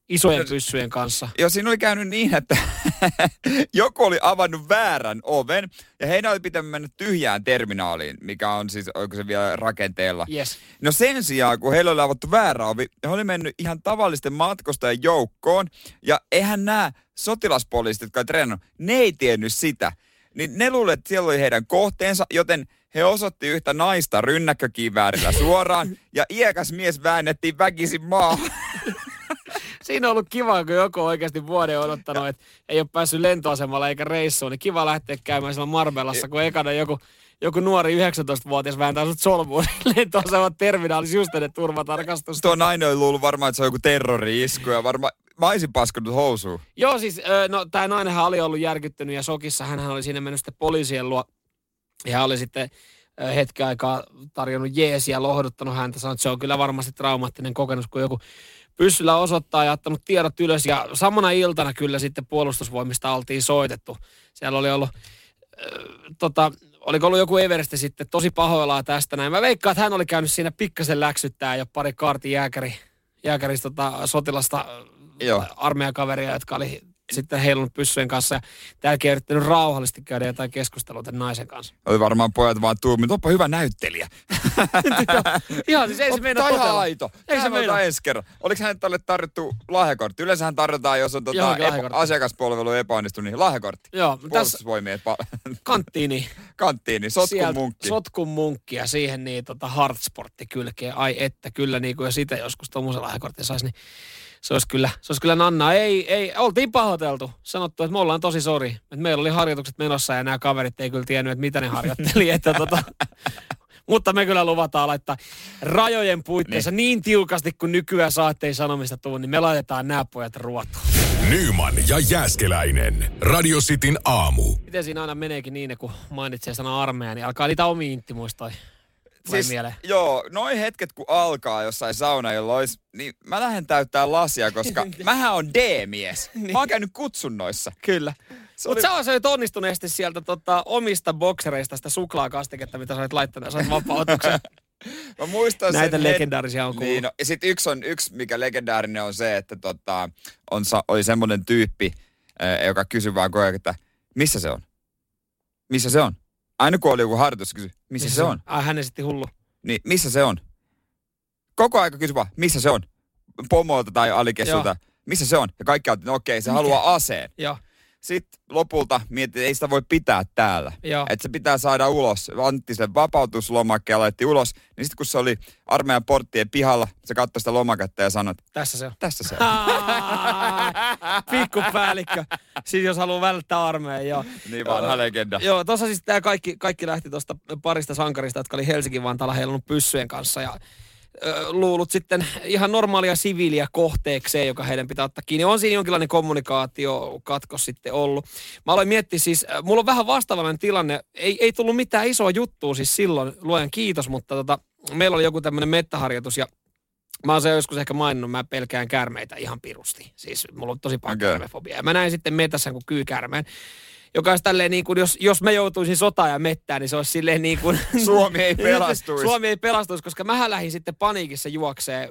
isojen pyssyjen kanssa. Joo, siinä oli käynyt niin, että joku oli avannut väärän oven ja heidän oli pitänyt mennä tyhjään terminaaliin, mikä on siis, oliko se vielä rakenteella. Yes. No sen sijaan, kun heillä oli avattu väärä ovi, he oli mennyt ihan tavallisten matkustajien joukkoon ja eihän nämä sotilaspoliisit, jotka oli treenannut, ne ei tiennyt sitä. Niin ne luulivat, että siellä oli heidän kohteensa, joten he osoitti yhtä naista rynnäkkökiväärillä suoraan ja iäkäs mies väännettiin väkisin maahan. Siinä on ollut kiva, kun joku on oikeasti vuoden odottanut, että ei ole päässyt lentoasemalle eikä reissuun, niin kiva lähteä käymään siellä Marbellassa, kun ekana joku, joku nuori yhdeksäntoistavuotias vääntää sut solmuun lentoaseman terminaalissa just ennen turvatarkastusta. Tuo nainen oli luullut varmaan, että se on joku terrori-isku ja varmaan mä olisin paskonut housuun. Joo, siis no tämä nainenhan oli ollut järkyttynyt ja shokissa. Hänhän oli siinä mennyt sitten poliisien luo ja oli sitten hetken aikaa tarjonnut jeesiä, lohduttanut häntä. Sanoi, että se on kyllä varmasti traumaattinen kokemus, kun joku pyssyllä osoittaa ja ottanut tiedot ylös. Ja samana iltana kyllä sitten puolustusvoimista oltiin soitettu. Siellä oli ollut, äh, tota, oliko ollut joku Everesti sitten tosi pahoillaan tästä näin. Mä veikkaan, että hän oli käynyt siinä pikkasen läksyttää ja pari kaartin jääkäri, jääkäristä tota, sotilasta Joo. armeijakaveria, jotka oli sitten heilunut pyssyjen kanssa. Ja täälläkin yrittänyt rauhallisesti käydä jotain keskustelua tämän naisen kanssa. Oli varmaan pojat vaan tuumit, onpa hyvä näyttelijä. Ihan siis ei se meinaa totella. totella. Aito. Ei se meinaa. ensi kerran. Oliko hänelle tälle tarjottu lahjakortti? Yleensähän tarjotaan, jos on tota epo, asiakaspalvelu epäonnistunut, niin lahjakortti. Joo. Puolustusvoimien pa- kanttiini. Kanttiini, sotkun munkki. Sotkun munkki ja siihen niin tota hardsportti kylkeen. Ai että kyllä niin kuin jos sitä joskus tommoisen lahjakortin saisi, niin se olisi kyllä, se olisi kyllä nannaa. Ei, ei, oltiin pahoiteltu. Sanottu, että me ollaan tosi sori. Että meillä oli harjoitukset menossa ja nämä kaverit ei kyllä tiennyt, että mitä ne harjoitteli. Että tota, mutta me kyllä luvataan laittaa rajojen puitteissa niin, niin tiukasti, kun nykyään saatte ei sanomista tuu, niin me laitetaan nämä pojat ruotuun. Nyman ja Jääskeläinen. Radio Cityn aamu. Miten siinä aina meneekin niin, kun mainitsee sana armeija, niin alkaa niitä omia intimuistoja. Siis, joo, noin hetket kun alkaa jossain saunajolloissa, niin mä lähden täyttää lasia, koska mähän on D-mies. Niin. Mä oon käynyt kutsunnoissa. Kyllä. Se Mutta oli... sä olet onnistuneesti sieltä tota, omista boksereista sitä suklaakastiketta, mitä sä olet laittanut, sä olet vapautuksen. Mä muistan näitä sen legendaarisia on kuullut. Niin, no, ja sit yksi, on, yksi, mikä legendaarinen on se, että tota, on, oli semmoinen tyyppi, äh, joka kysyi vaan koko ajan, että missä se on? Missä se on? Aina kun oli joku harjoitus, kysyi, missä, missä se on? on? Ai, hän esitti hullu. Niin, missä se on? Koko aika kysyi vaan, missä se on? Pomolta tai alikessulta, missä se on? Ja kaikki ajattelin, no okei, se Mikä? haluaa aseen. Joo. Sitten lopulta mietin, että ei sitä voi pitää täällä. Joo. Että se pitää saada ulos. Antti sen vapautuslomakkeen ja laitti ulos. Niin sitten kun se oli armeijan porttien pihalla, se katsoi sitä lomaketta ja sanoi, tässä se on. Tässä se on. Pikkupäällikkö. Siis jos haluaa välttää armeijan, joo. Niin vanha legenda. Joo, tuossa siis tämä kaikki, kaikki lähti tuosta parista sankarista, jotka oli Helsinki-Vantaalla heilunut pyssyjen kanssa ja luulut sitten ihan normaalia siviiliä kohteekseen, joka heidän pitää ottaa kiinni. On siinä jonkinlainen kommunikaatiokatkos sitten ollut. Mä aloin miettiä siis, mulla on vähän vastaavainen tilanne. Ei, ei tullut mitään isoa juttua siis silloin, luojan kiitos, mutta tota, meillä oli joku tämmöinen mettäharjoitus ja mä oon se joskus ehkä maininnut, mä pelkään käärmeitä ihan pirusti. Siis mulla on tosi paljon okay. käärmefobia. Ja mä näin sitten metässä kuin kyykäärmeen. Joka olisi tälleen niin kuin, jos, jos mä joutuisin sotaan ja mettään, niin se olisi silleen niin kuin... Suomi ei pelastuisi. Suomi ei pelastuisi, koska mähän lähdin sitten paniikissa juokseen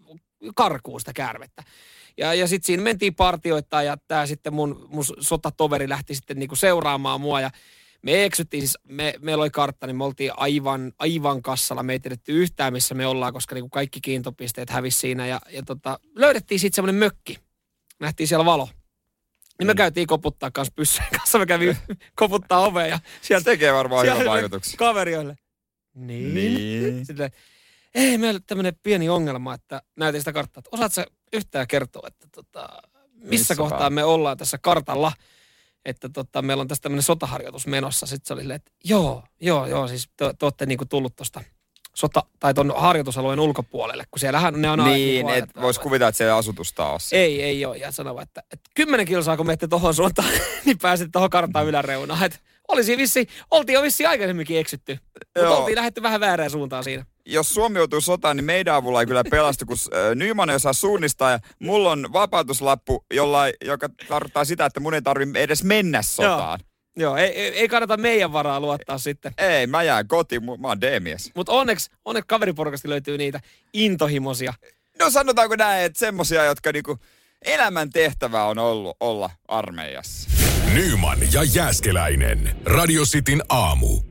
karkuun sitä käärmettä. Ja, ja sitten siinä mentiin partioittain ja tämä sitten mun, mun sotatoveri lähti sitten niin kuin seuraamaan mua. Ja me eksyttiin, siis me, meillä oli kartta, niin me oltiin aivan, aivan kassalla. Me ei tiedetty yhtään, missä me ollaan, koska niin kuin kaikki kiintopisteet hävisi siinä. Ja, ja tota, löydettiin sitten semmoinen mökki. Nähtiin siellä valo. Niin me käytiin koputtaa kanssa pyssyjen kanssa. Me kävin koputtaa oveen ja sieltä tekee varmaan hyvän vaikutuksen. Kaverioille. Niin. niin. Sitten, ei meillä ole tämmöinen pieni ongelma, että näytin sitä karttaa. Osaatko sä yhtään kertoa, että tota, missä, missä kohtaa päin? Me ollaan tässä kartalla, että tota, meillä on tässä tämmöinen sotaharjoitus menossa. Sitten se oli silleen, että joo, joo, joo, siis te, te olette niinku tullut tuosta sota, tai tuon harjoitusalueen ulkopuolelle, kun siellähän ne on aina... Niin, että vois kuvitella, että siellä asutusta on. Ei, ei ole. Ja sanovat, että, että kymmenen kilsaa, kun menette tohon suuntaan, niin pääset tohon karttaan yläreunaan. Että olisi vissi, oltiin jo vissiin aikaisemminkin eksytty. Mutta oltiin lähdetty vähän väärään suuntaan siinä. Jos Suomi joutuu sotaan, niin meidän avulla ei kyllä pelastu, kun äh, Nyman ei osaa suunnistaa. Ja mulla on vapautuslappu, jollain, joka tarkoittaa sitä, että mun ei tarvitse edes mennä sotaan. Joo. Joo, ei, ei, ei kannata meidän varaa luottaa sitten. Ei, mä jään kotiin, mä oon D-mies. Mutta onneksi, onneksi kaveriporukasta löytyy niitä intohimoisia. No sanotaanko näin, että semmosia, jotka niinku elämän tehtävä on ollut olla armeijassa. Nyman ja Jääskeläinen. Radio Cityn aamu.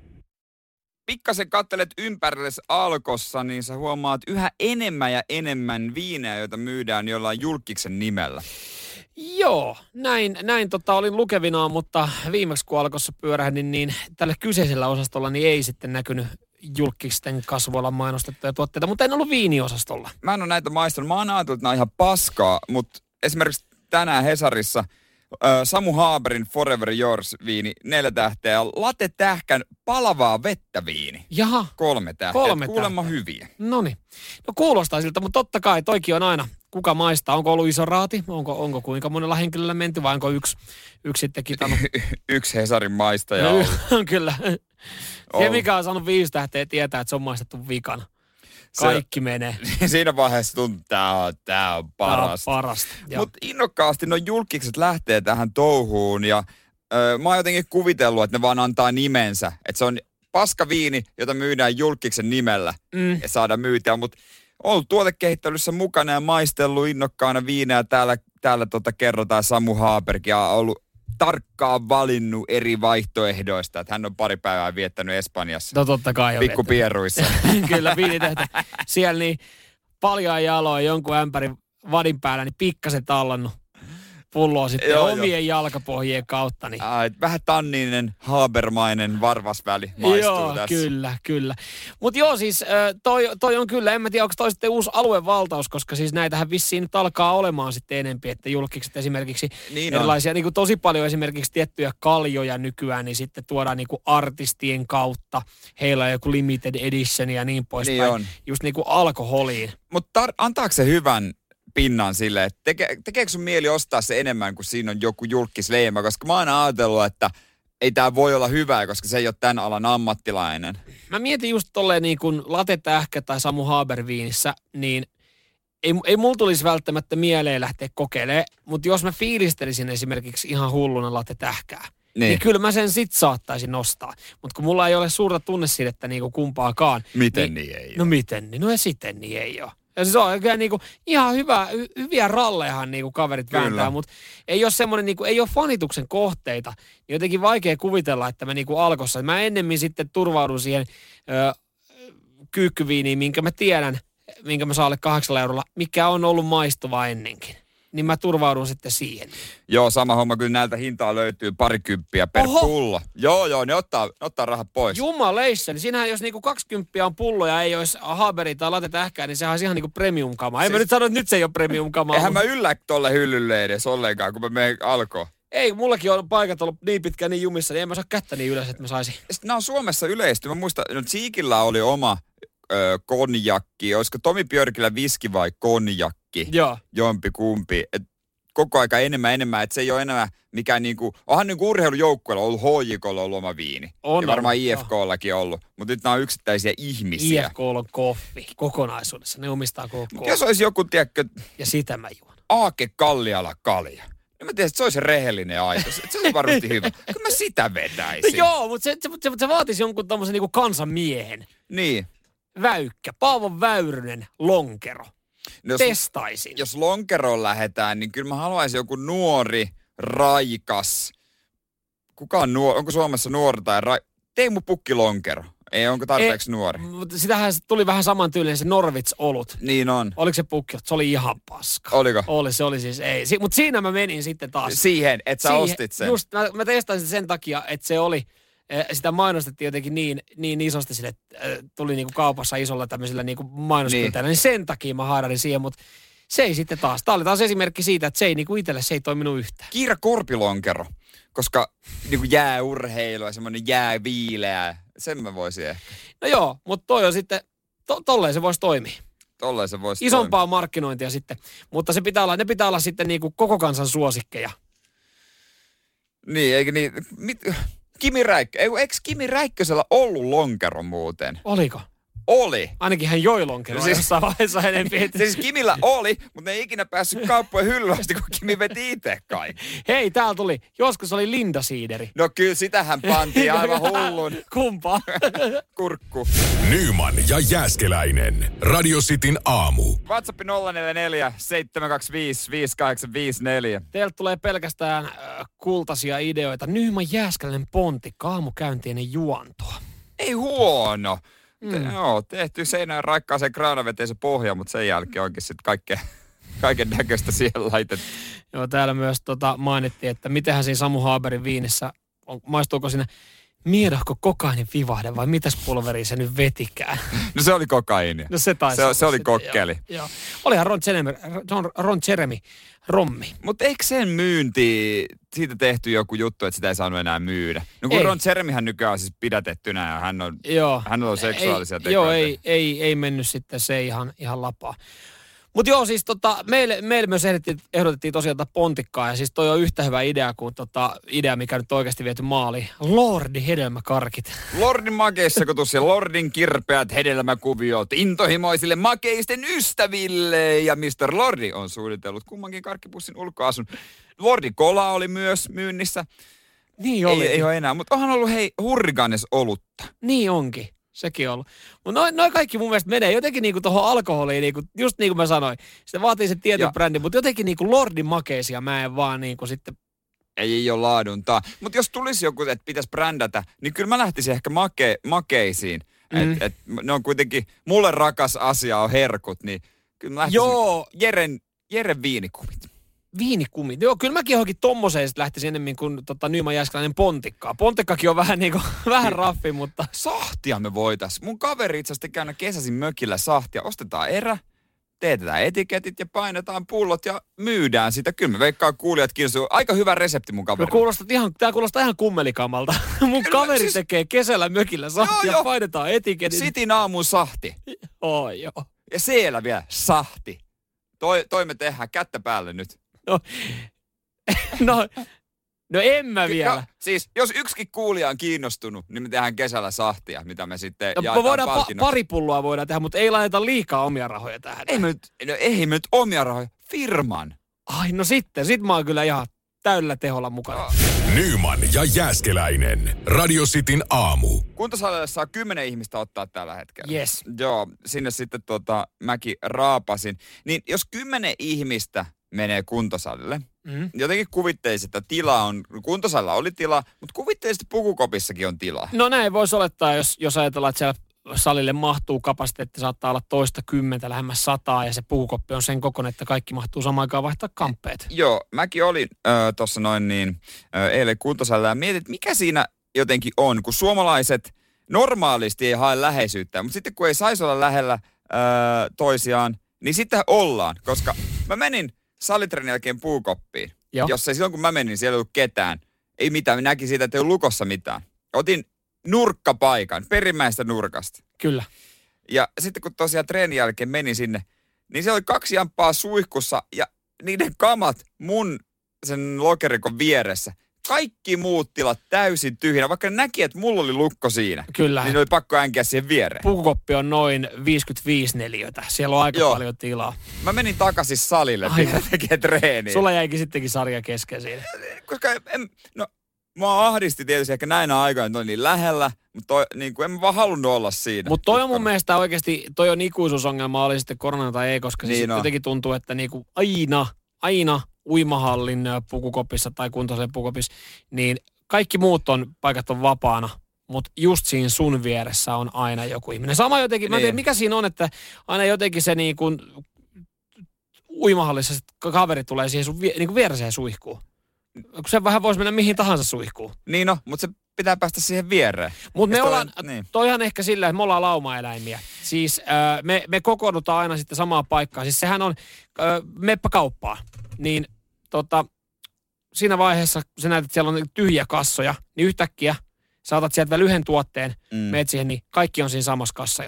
Pikkasen kattelet ympärillesi Alkossa, niin sä huomaat yhä enemmän ja enemmän viinejä, joita myydään jollain julkiksen nimellä. Joo, näin, näin tota, olin lukevinaan, mutta viimeksi kun Alkossa pyörähdin, niin tällä kyseisellä osastolla niin ei sitten näkynyt julkisten kasvoilla mainostettuja tuotteita, mutta en ollut viiniosastolla. Mä en ole näitä maistanut. Mä oon ajatellut, että nämä on ihan paskaa, mutta esimerkiksi tänään Hesarissa äh, Samu Haberin Forever Yours viini, neljä tähteä ja Latte Tähkän palavaa vettä viini. Jaha. Kolme tähteä. Kolme Kuulemma tähteä. hyviä. Noniin. No kuulostaa siltä, mutta totta kai toikin on aina, kuka maistaa. Onko ollut iso raati? Onko, onko kuinka monella henkilöllä menty vai onko yksi, yksi sitten kitannut? Yksi Hesarin maistaja no, on. Kyllä. Se, mikä on saanut viisi tähteä, tietää, että se on maistettu vikana. Kaikki se, menee. Siinä vaiheessa tuntuu, että tämä on, tää on parasta. Tämä on parasta. Mutta innokkaasti nuo julkikset lähtee tähän touhuun ja ö, mä oon jotenkin kuvitellut, että ne vaan antaa nimensä. Että se on paskaviini, jota myydään julkiksen nimellä mm. ja saada myytiä. Mutta on ollut tuotekehittelyssä mukana ja maistellut innokkaana viinejä. Täällä, täällä tota kerrotaan Samu Haberkin ja on ollut tarkkaan valinnut eri vaihtoehdoista, että hän on pari päivää viettänyt Espanjassa. No totta kai on pikkupieruissa. Kyllä, viinitehtä. Siellä niin paljon jaloa jonkun ämpärin vadin päällä, niin pikkasen tallannut pulloa sitten joo, omien jo. jalkapohjien kautta. Niin. Äh, vähän tanninen, haabermainen varvasväli maistuu joo, tässä. kyllä, kyllä. Mutta joo, siis toi, toi on kyllä, en mä tiedä, onko toi sitten uusi aluevaltaus, koska siis näitähän vissiin nyt alkaa olemaan sitten enempi, että julkikset esimerkiksi niin erilaisia, niin kuin tosi paljon esimerkiksi tiettyjä kaljoja nykyään, niin sitten tuodaan niin kuin artistien kautta, heillä on joku limited edition ja niin poispäin, niin on. Just niin kuin alkoholiin. Mutta tar- antaako se hyvän pinnan sille, että teke, tekeekö sun mieli ostaa se enemmän, kuin siinä on joku julkisleima, koska mä oon aina ajatellut, että ei tää voi olla hyvää, koska se ei ole tämän alan ammattilainen. Mä mietin just tolleen niin kuin Latte Tähkä tai Samu Haber viinissä, niin ei, ei mulla tulisi välttämättä mieleen lähteä kokeilemaan, mutta jos mä fiilistelisin esimerkiksi ihan hulluna Latte Tähkää, niin. niin kyllä mä sen sit saattaisin nostaa. Mutta kun mulla ei ole suurta tunnesidettä niinku kumpaakaan. Miten niin, niin ei No ole? miten niin? No ja sitten niin ei ole. Ja se on kyllä niinku ihan hyvä, hy, hyviä rallejahan niinku kaverit kyllä. vääntää, mutta ei ole semmoinen, niinku, ei ole fanituksen kohteita. Niin jotenkin vaikea kuvitella, että mä niinku Alkossa, mä ennemmin sitten turvaudun siihen ö, kyykkyviiniin, minkä mä tiedän, minkä mä saan alle kahdeksalla eurolla, mikä on ollut maistuva ennenkin. Niin mä turvaudun sitten siihen. Joo, sama homma. Kyllä näiltä hintaa löytyy parikymppiä per Oho. pullo. Joo, joo, ne ottaa, ne ottaa rahat pois. Jumaleissa, niin siinähän jos niinku kaksikymppiä on pullo ja ei olisi Haberi tai Latte Tähkää, niin sehän olisi ihan niinku premium-kamaa. Siis... En mä nyt sano, että nyt se ei ole premium-kamaa. Eihän mä yllä tolle hyllylle edes ollenkaan, kun mä menen Alkoon. Ei, mullakin on paikat ollut niin pitkään niin jumissa, niin en mä saa kättä niin ylös, että mä saisin. Sitten nämä on Suomessa yleisesti. Mä muistan, no Cheekillä oli oma ö, konjakki. Olisiko Tomi Björkillä viski vai konjakki? Joo. Jompi kumpi. Et koko aika enemmän enemmän, että se ei ole enää mikään niinku, onhan niinku urheilujoukkueella ollut, H J K:lla ollut oma viini. On, ja varmaan on, I F K:llakin ollut. Mutta nyt nämä on yksittäisiä ihmisiä. I F K:lla on koffi kokonaisuudessa, ne omistaa koko koffi. Jos olisi joku, tiedätkö, ja sitä mä juon. Aake Kalliala kalja. Niin mä tiedän, että se olisi rehellinen aito. Se olisi varmasti hyvä. Kyllä mä sitä vetäisin. No joo, mutta se, se, se, se vaatisi jonkun tommosen niinku kansanmiehen. Niin. Väykkä, Paavo Väyrynen, lonkero. No jos, testaisin. Jos lonkeroon lähdetään, niin kyllä mä haluaisin joku nuori, raikas. Kuka on nuori? Onko Suomessa nuori tai ra... Teemu Pukki lonkero. Ei, onko tarpeeksi e, nuori? Mutta sitähän tuli vähän saman tyylinen se Norwich-olut. Niin on. Oliko se Pukki? Se oli ihan paska. Oliko? Oli, se oli siis ei. Si- mutta siinä mä menin sitten taas. Siihen, että sä Siihen, ostit sen. Just, mä, mä testasin sen takia, että se oli, sitä mainostettiin jotenkin niin, niin isosti sille, että tuli niinku kaupassa isolla tämmöisellä niinku mainoskyltäjällä, niin. niin sen takia mä haararin siihen, mutta se ei sitten taas. Tämä oli taas esimerkki siitä, että se ei niinku itselle, se ei toiminut yhtään. Kiira Korpilonkero, koska niinku jääurheilu ja semmoinen jääviileä, sen mä voisin ehkä. No joo, mutta toi on sitten, to, tolleen se voisi toimia. Tolleen se voisi Isompaa toimia. markkinointia sitten, mutta se pitää olla, ne pitää olla sitten niinku koko kansan suosikkeja. Niin, eikö niin? Mit, Kimi Räikkö, eikö Kimi Räikkösellä ollut lonkero muuten? Oliko? oli. Ainakin hän joi lonkeroa siis, jossain vaiheessa enempi. Siis Kimillä oli, mutta ne ei ikinä päässyt kauppojen hyllyästi, kun Kimi veti itse kaikki. Hei, täällä tuli. Joskus oli Linda Siideri. No kyllä, sitähän pantiin aivan hullun. Kumpaa? Kurkku. Nyman ja Jääskeläinen. Radio Cityn aamu. WhatsApp nolla neljä neljä seitsemän kaksi viisi viisi kahdeksan viisi neljä. Teiltä tulee pelkästään äh, kultaisia ideoita. Nyman Jääskeläinen pontikka aamukäynti ennen juontoa. Ei huono. Mm. Te, joo, tehty seinään raikkaaseen kraanaveteisen pohja, mutta sen jälkeen onkin sitten kaikkea, kaiken näköistä siihen laitettu. Joo, täällä myös tota, mainittiin, että mitenhän siinä Samu Haaberin viinissä, on, maistuuko siinä miedohko kokainen vivahde vai mitäs pulveria se nyt vetikään? No se oli kokaiinia. No se taisi Se, se oli sitten, kokkeli. Joo, joo. Olihan Ron Jeremy, Ron, Ron Jeremy rommi. Mutta eikö sen myynti, siitä tehty joku juttu, että sitä ei saanut enää myydä? No kun ei. Ron Jeremyhän nykyään on siis pidätettynä ja hän on, Joo. hän on seksuaalisia ei, tekoja. Joo, ei, ei, ei mennyt sitten se ihan, ihan lapaa. Mutta joo, siis tota, meille, meille myös ehdotettiin, ehdotettiin tosiaan tätä pontikkaa, ja siis toi on yhtä hyvä idea kuin tota, idea, mikä nyt oikeasti viety maaliin. Lordi hedelmäkarkit. Lordin makeissekoitus ja Lordin kirpeät hedelmäkuviot intohimoisille makeisten ystäville. Ja mister Lordi on suunnitellut kummankin karkkipussin ulkoasun. Lordi Kola oli myös myynnissä. Niin oli. Ei, ei ole enää, mutta onhan ollut hei hurriganes olutta. Niin onkin. Sekin on ollut. Mutta noin noi kaikki mun mielestä menee jotenkin niinku tuohon alkoholiin, niinku, just niin kuin mä sanoin. Se vaatii sen tietyn Ja. brändin, mutta jotenkin niinku Lordin makeisia mä en vaan niinku sitten... Ei ole laaduntaa. Mutta jos tulisi joku, että pitäisi brändätä, niin kyllä mä lähtisin ehkä make, makeisiin. Mm. Et, et, ne on kuitenkin, mulle rakas asia on herkut, niin kyllä mä lähtisin Joo. Jeren, Jeren viinikumit. Viinikumit. Joo, kyllä mäkin johonkin tommoseen sit lähtisin enemmän kuin tota, Nyman Jääskeläinen pontikkaa. Pontikkakin on vähän niinku, vähän raffi, mutta... Sahtia me voitais. Mun kaveri itse asiassa tekee aina kesäisin mökillä sahtia. Ostetaan erä, teetetään etiketit ja painetaan pullot ja myydään sitä. Kyllä me veikkaan kuulijat kiinnostuu. Aika hyvä resepti mun No kaverilla. kuulostat ihan, tää kuulostaa ihan kummelikamalta. Mun kaveri siis- tekee kesällä mökillä sahtia, Joo, joo. painetaan etiketit. Sitin aamun sahti. Oh, joo. Ja siellä vielä sahti. Toi, toi me tehdään kättä päälle nyt. No, no, no en mä vielä. Ja, siis jos yksikin kuulija on kiinnostunut, niin me tehdään kesällä sahtia, mitä me sitten No, jaetaan voidaan pa- palkinnoksi. pari pulloa voidaan tehdä, mutta ei laiteta liikaa omia rahoja tähän. Ei me nyt, no ei me nyt omia rahoja, firman. Ai no sitten, sit mä oon kyllä ihan täydellä teholla mukana. Nyman ja Jääskeläinen. Radio Cityn aamu. Kuntosalille saa kymmenen ihmistä ottaa tällä hetkellä. Yes. Joo, sinne sitten tota, mäkin raapasin. Niin jos kymmenen ihmistä menee kuntosalille, Mm. jotenkin kuvittelisin, että tila on, kuntosalilla oli tila, mutta kuvittelisin, että pukukopissakin on tilaa. No näin voisi olettaa, jos, jos ajatellaan, että siellä salille mahtuu kapasiteetti, saattaa olla toista kymmentä, lähemmäs sataa, ja se puukoppi on sen kokoinen, että kaikki mahtuu samaan aikaan vaihtaa kamppeet. Joo, mäkin olin äh, tuossa noin niin äh, eilen kuntosalilla ja mietin, että mikä siinä jotenkin on, kun suomalaiset normaalisti ei hae läheisyyttä, mutta sitten kun ei saisi olla lähellä äh, toisiaan, niin sitten ollaan, koska mä menin salitrenin jälkeen puukoppiin, Joo. jossa silloin kun mä menin, siellä ei ollut ketään, ei mitään, mä näkin siitä, että ei ollut lukossa mitään. Otin nurkkapaikan, perimmäistä nurkasta. Kyllä. Ja sitten kun tosiaan treenin jälkeen menin sinne, niin siellä oli kaksi jamppaa suihkussa ja niiden kamat mun sen lokerikon vieressä. Kaikki muut tilat täysin tyhjänä, vaikka ne näki, että mulla oli lukko siinä. Kyllä. Niin oli pakko änkeä siihen viereen. Pukukoppi on noin viisikymmentäviisi neliötä. Siellä on aika Joo. paljon tilaa. Mä menin takaisin salille Aivan. tekemään treeniä. Sulla jäikin sittenkin sarja kesken siinä. Koska en, no, mua ahdisti tietysti ehkä näinä aikoina, että on niin lähellä, mutta toi, niin kuin, en mä vaan halunnut olla siinä. Mutta toi on mun mielestä oikeasti, toi on ikuisuusongelma, oli sitten korona tai ei, koska Niin siis on. jotenkin tuntuu, että niinku aina, aina uimahallin ö, pukukopissa tai kuntoisen pukukopissa, niin kaikki muut on, paikat on vapaana, mutta just siinä sun vieressä on aina joku ihminen. Sama jotenkin, mä en tiedä Niin. mikä siinä on, että aina jotenkin se niin kuin uimahallissa se kaveri tulee siihen sun vie, niin kuin viereseen suihkuun. Kun se vähän voisi mennä mihin tahansa suihkuun. Niin no, mutta se pitää päästä siihen viereen. Mutta me Ja toi- ollaan, niin. toihan ehkä sillä, että me ollaan laumaeläimiä. Siis äh, me, me kokoonnutaan aina sitten samaan paikkaan. Siis sehän on, äh, meppä kauppaan, niin tota, siinä vaiheessa, kun sä näet, että siellä on tyhjiä kassoja, niin yhtäkkiä sä otat sieltä vielä yhden tuotteen, Mm. meet siihen, niin kaikki on siinä samassa kassajonossa.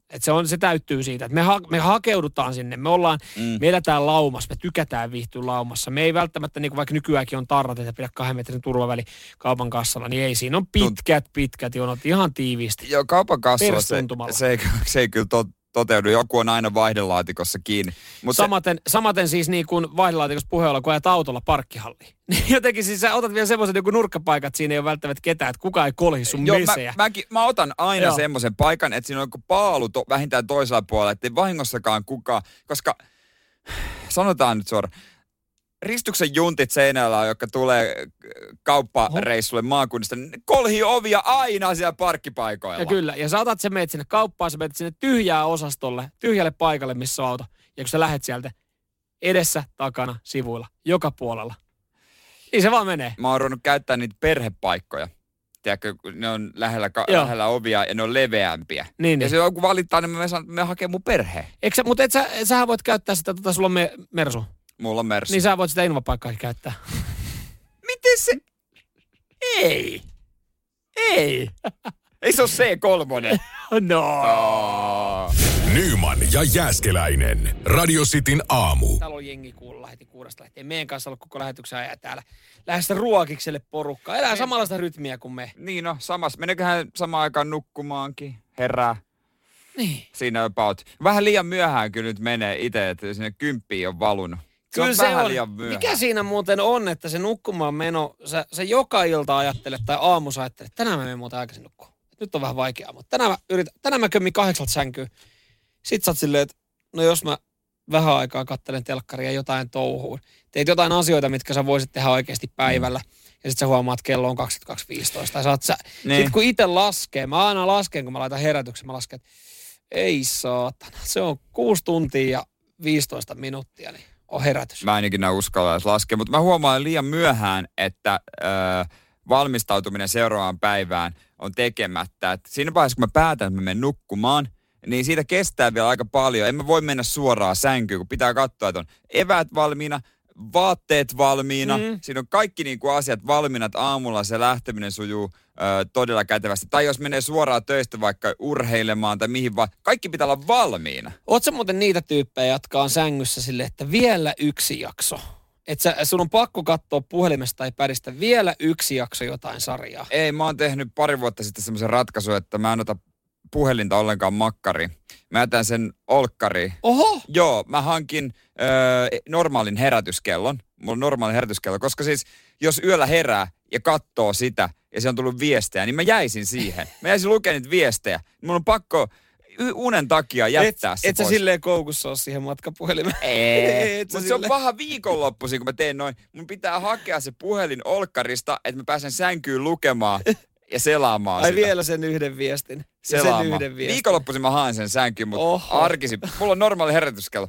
Et se, on, se täyttyy siitä, että me, ha, me hakeudutaan sinne. Me ollaan, mm. me eletään laumassa, me tykätään viihtyä laumassa. Me ei välttämättä, niin kuin vaikka nykyäänkin on tarrat, että pidä kahden metrin turvaväli kaupan kassalla, niin ei. Siinä on pitkät, pitkät jonot ihan tiiviisti. Joo, kaupan kassalla se, se, ei, se ei kyllä to, toteudu. Joku on aina vaihdelaatikossa kiinni. Mut samaten, se... samaten siis niin kuin vaihdelaatikossa puheella, kun ajat autolla parkkihalliin. Jotenkin siis sä otat vielä semmoisen joku nurkkapaikat, siinä ei ole välttämättä ketään, että kukaan ei kolhi sun Joo, mesejä. Mä, mäkin, mä otan aina Joo. semmoisen paikan, että siinä on joku paalu to, vähintään toisella puolella, ettei vahingossakaan kukaan, koska sanotaan nyt suoraan, Ristuksen juntit seinällä, jotka tulee kauppareissulle maakunnista, niin kolhii ovia aina siellä parkkipaikoilla. Ja kyllä, ja sä otat sen, meet sinne kauppaan, sä meet sinne tyhjää osastolle, tyhjälle paikalle, missä on auto. Ja kun sä lähet sieltä edessä, takana, sivuilla, joka puolella. Niin se vaan menee. Mä oon ruvennut käyttää niitä perhepaikkoja. Tiedätkö, ne on lähellä, lähellä ovia ja ne on leveämpiä. Niin, ja niin. se on, kun valittaa, niin me, me hakee mun perheen. Eikö sä, mutta et sä, sähän voit käyttää sitä, tota, sulla on me, Mersu. Mulla on Mersu. Niin sä voit sitä invapaikkaakin käyttää. Miten se? Ei. Ei. Ei se ole C kolme. No. Oh. Nyman ja Jääskeläinen. Radio Cityn aamu. Täällä on jengi kuulla heti kuudesta lähtien. Meidän kanssa ollut koko lähetyksen ajan täällä. Lähes ruokikselle porukkaa. Elää samanlaista rytmiä kuin me. Niin no, samassa. Meneköhän samaan aikaan nukkumaankin. Herää. Niin. Siinä about. Vähän liian myöhään kyllä nyt menee itse, että sinne kymppiin on valunut. Se kyllä on se vähän on. Liian myöhään. Mikä siinä muuten on, että se nukkumaan meno, sä, sä joka ilta ajattelet tai aamussa ajattelet, että tänään mä menen muuten aikaisin nukkuun. Nyt on vähän vaikeaa, mutta tänään mä yritän, tänään mä kömmin kahdeksalta sänkyyn. Sitten sä oot silleen, että no jos mä vähän aikaa katselen telkkaria jotain touhuun. Teet jotain asioita, mitkä sä voisit tehdä oikeasti päivällä. Mm. Ja sit sä huomaat, että kello on kaksikymmentäkaksi viisitoista. Ja sä, niin. Sit kun itse laskee, mä aina lasken, kun mä laitan herätyksen, mä lasken, että ei saatana. Se on kuusi tuntia ja viisitoista minuuttia, niin on herätys. Mä en ikinä uskalla edes laskea, mutta mä huomaan liian myöhään, että ö, valmistautuminen seuraavaan päivään on tekemättä. Et siinä vaiheessa, kun mä päätän, että mä menen nukkumaan, niin siitä kestää vielä aika paljon. En mä voi mennä suoraan sänkyyn, kun pitää katsoa, että on eväät valmiina, vaatteet valmiina. Mm. Siinä on kaikki niin kuin asiat valmiina, että aamulla se lähteminen sujuu ö, todella kätevästi. Tai jos menee suoraan töistä vaikka urheilemaan tai mihin vaan, kaikki pitää olla valmiina. Ootko muuten niitä tyyppejä, jotka on sängyssä silleen, että vielä yksi jakso? Että sun on pakko katsoa puhelimesta tai päristä vielä yksi jakso jotain sarjaa. Ei, mä oon tehnyt pari vuotta sitten semmoisen ratkaisun, että mä en ota puhelinta ollenkaan makkariin. Mä jätän sen olkkariin. Oho! Joo, mä hankin öö, normaalin herätyskellon. Mulla on normaali herätyskello, koska siis jos yöllä herää ja katsoo sitä ja se on tullut viestejä, niin mä jäisin siihen. Mä jäisin lukemaan niitä viestejä. Mulla on pakko unen takia jättää et, se et pois. Et sä silleen koukussa ole siihen matkapuhelimeen? Ei, mutta se on paha viikonloppuisin, kun mä teen noin. Mun pitää hakea se puhelin olkkarista, että mä pääsen sänkyyn lukemaan ja selaamaan Ai sitä. vielä sen yhden viestin. Selaamaan. Sen yhden viestin. Viikonloppuisin mä haen sen sänkyyn, mutta Oho. arkisin. Mulla on normaali herätyskello.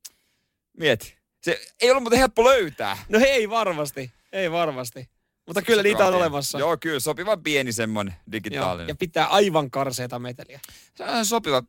Mieti. Se ei ollut muuten helppo löytää. No ei varmasti, ei varmasti. Mutta kyllä niitä on olemassa. Joo, kyllä. Sopiva pieni semmonen digitaalinen. Joo, ja pitää aivan karseeta meteliä. Se on sopiva.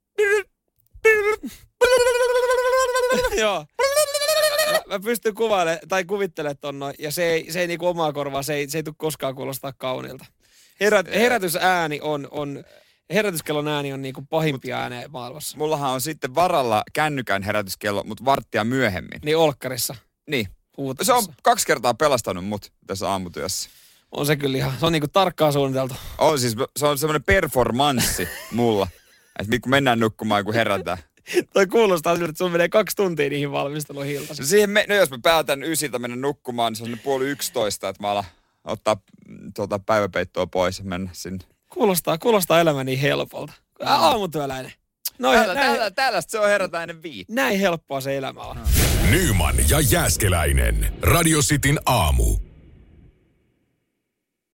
Joo. Mä, mä pystyn kuvailemaan tai kuvittelemaan ton noin. Ja se ei, se ei niinku omaa korvaa, se ei, se ei tule koskaan kuulostaa kauniilta. Herät, herätysääni on, on, herätyskellon ääni on niinku pahimpia Mut, äänejä maailmassa. Mullahan on sitten varalla kännykän herätyskello, mutta varttia myöhemmin. Niin olkkarissa. Niin. Huutamassa. Se on kaksi kertaa pelastanut mut tässä aamutyössä. On se kyllä ihan, se on niinku tarkkaan suunniteltu. On siis, se on semmoinen performanssi mulla. Että kun mennään nukkumaan, kun herätään. Toi kuulostaa siltä, että sun menee kaksi tuntia niihin valmisteluihin iltaisin. No, siihen me, no jos mä päätän ysiltä mennä nukkumaan, niin se on puoli yksitoista, että mä alan ottaa tuota päiväpeittoa pois ja mennä sinne. Kuulostaa, kuulostaa elämä niin helpolta. Aamutyöläinen. No, täällä, näin, täällä, tällaista se on herätä ennen viittä. Näin helppoa se elämä on. Nyman ja Jääskeläinen. Radio Cityn aamu.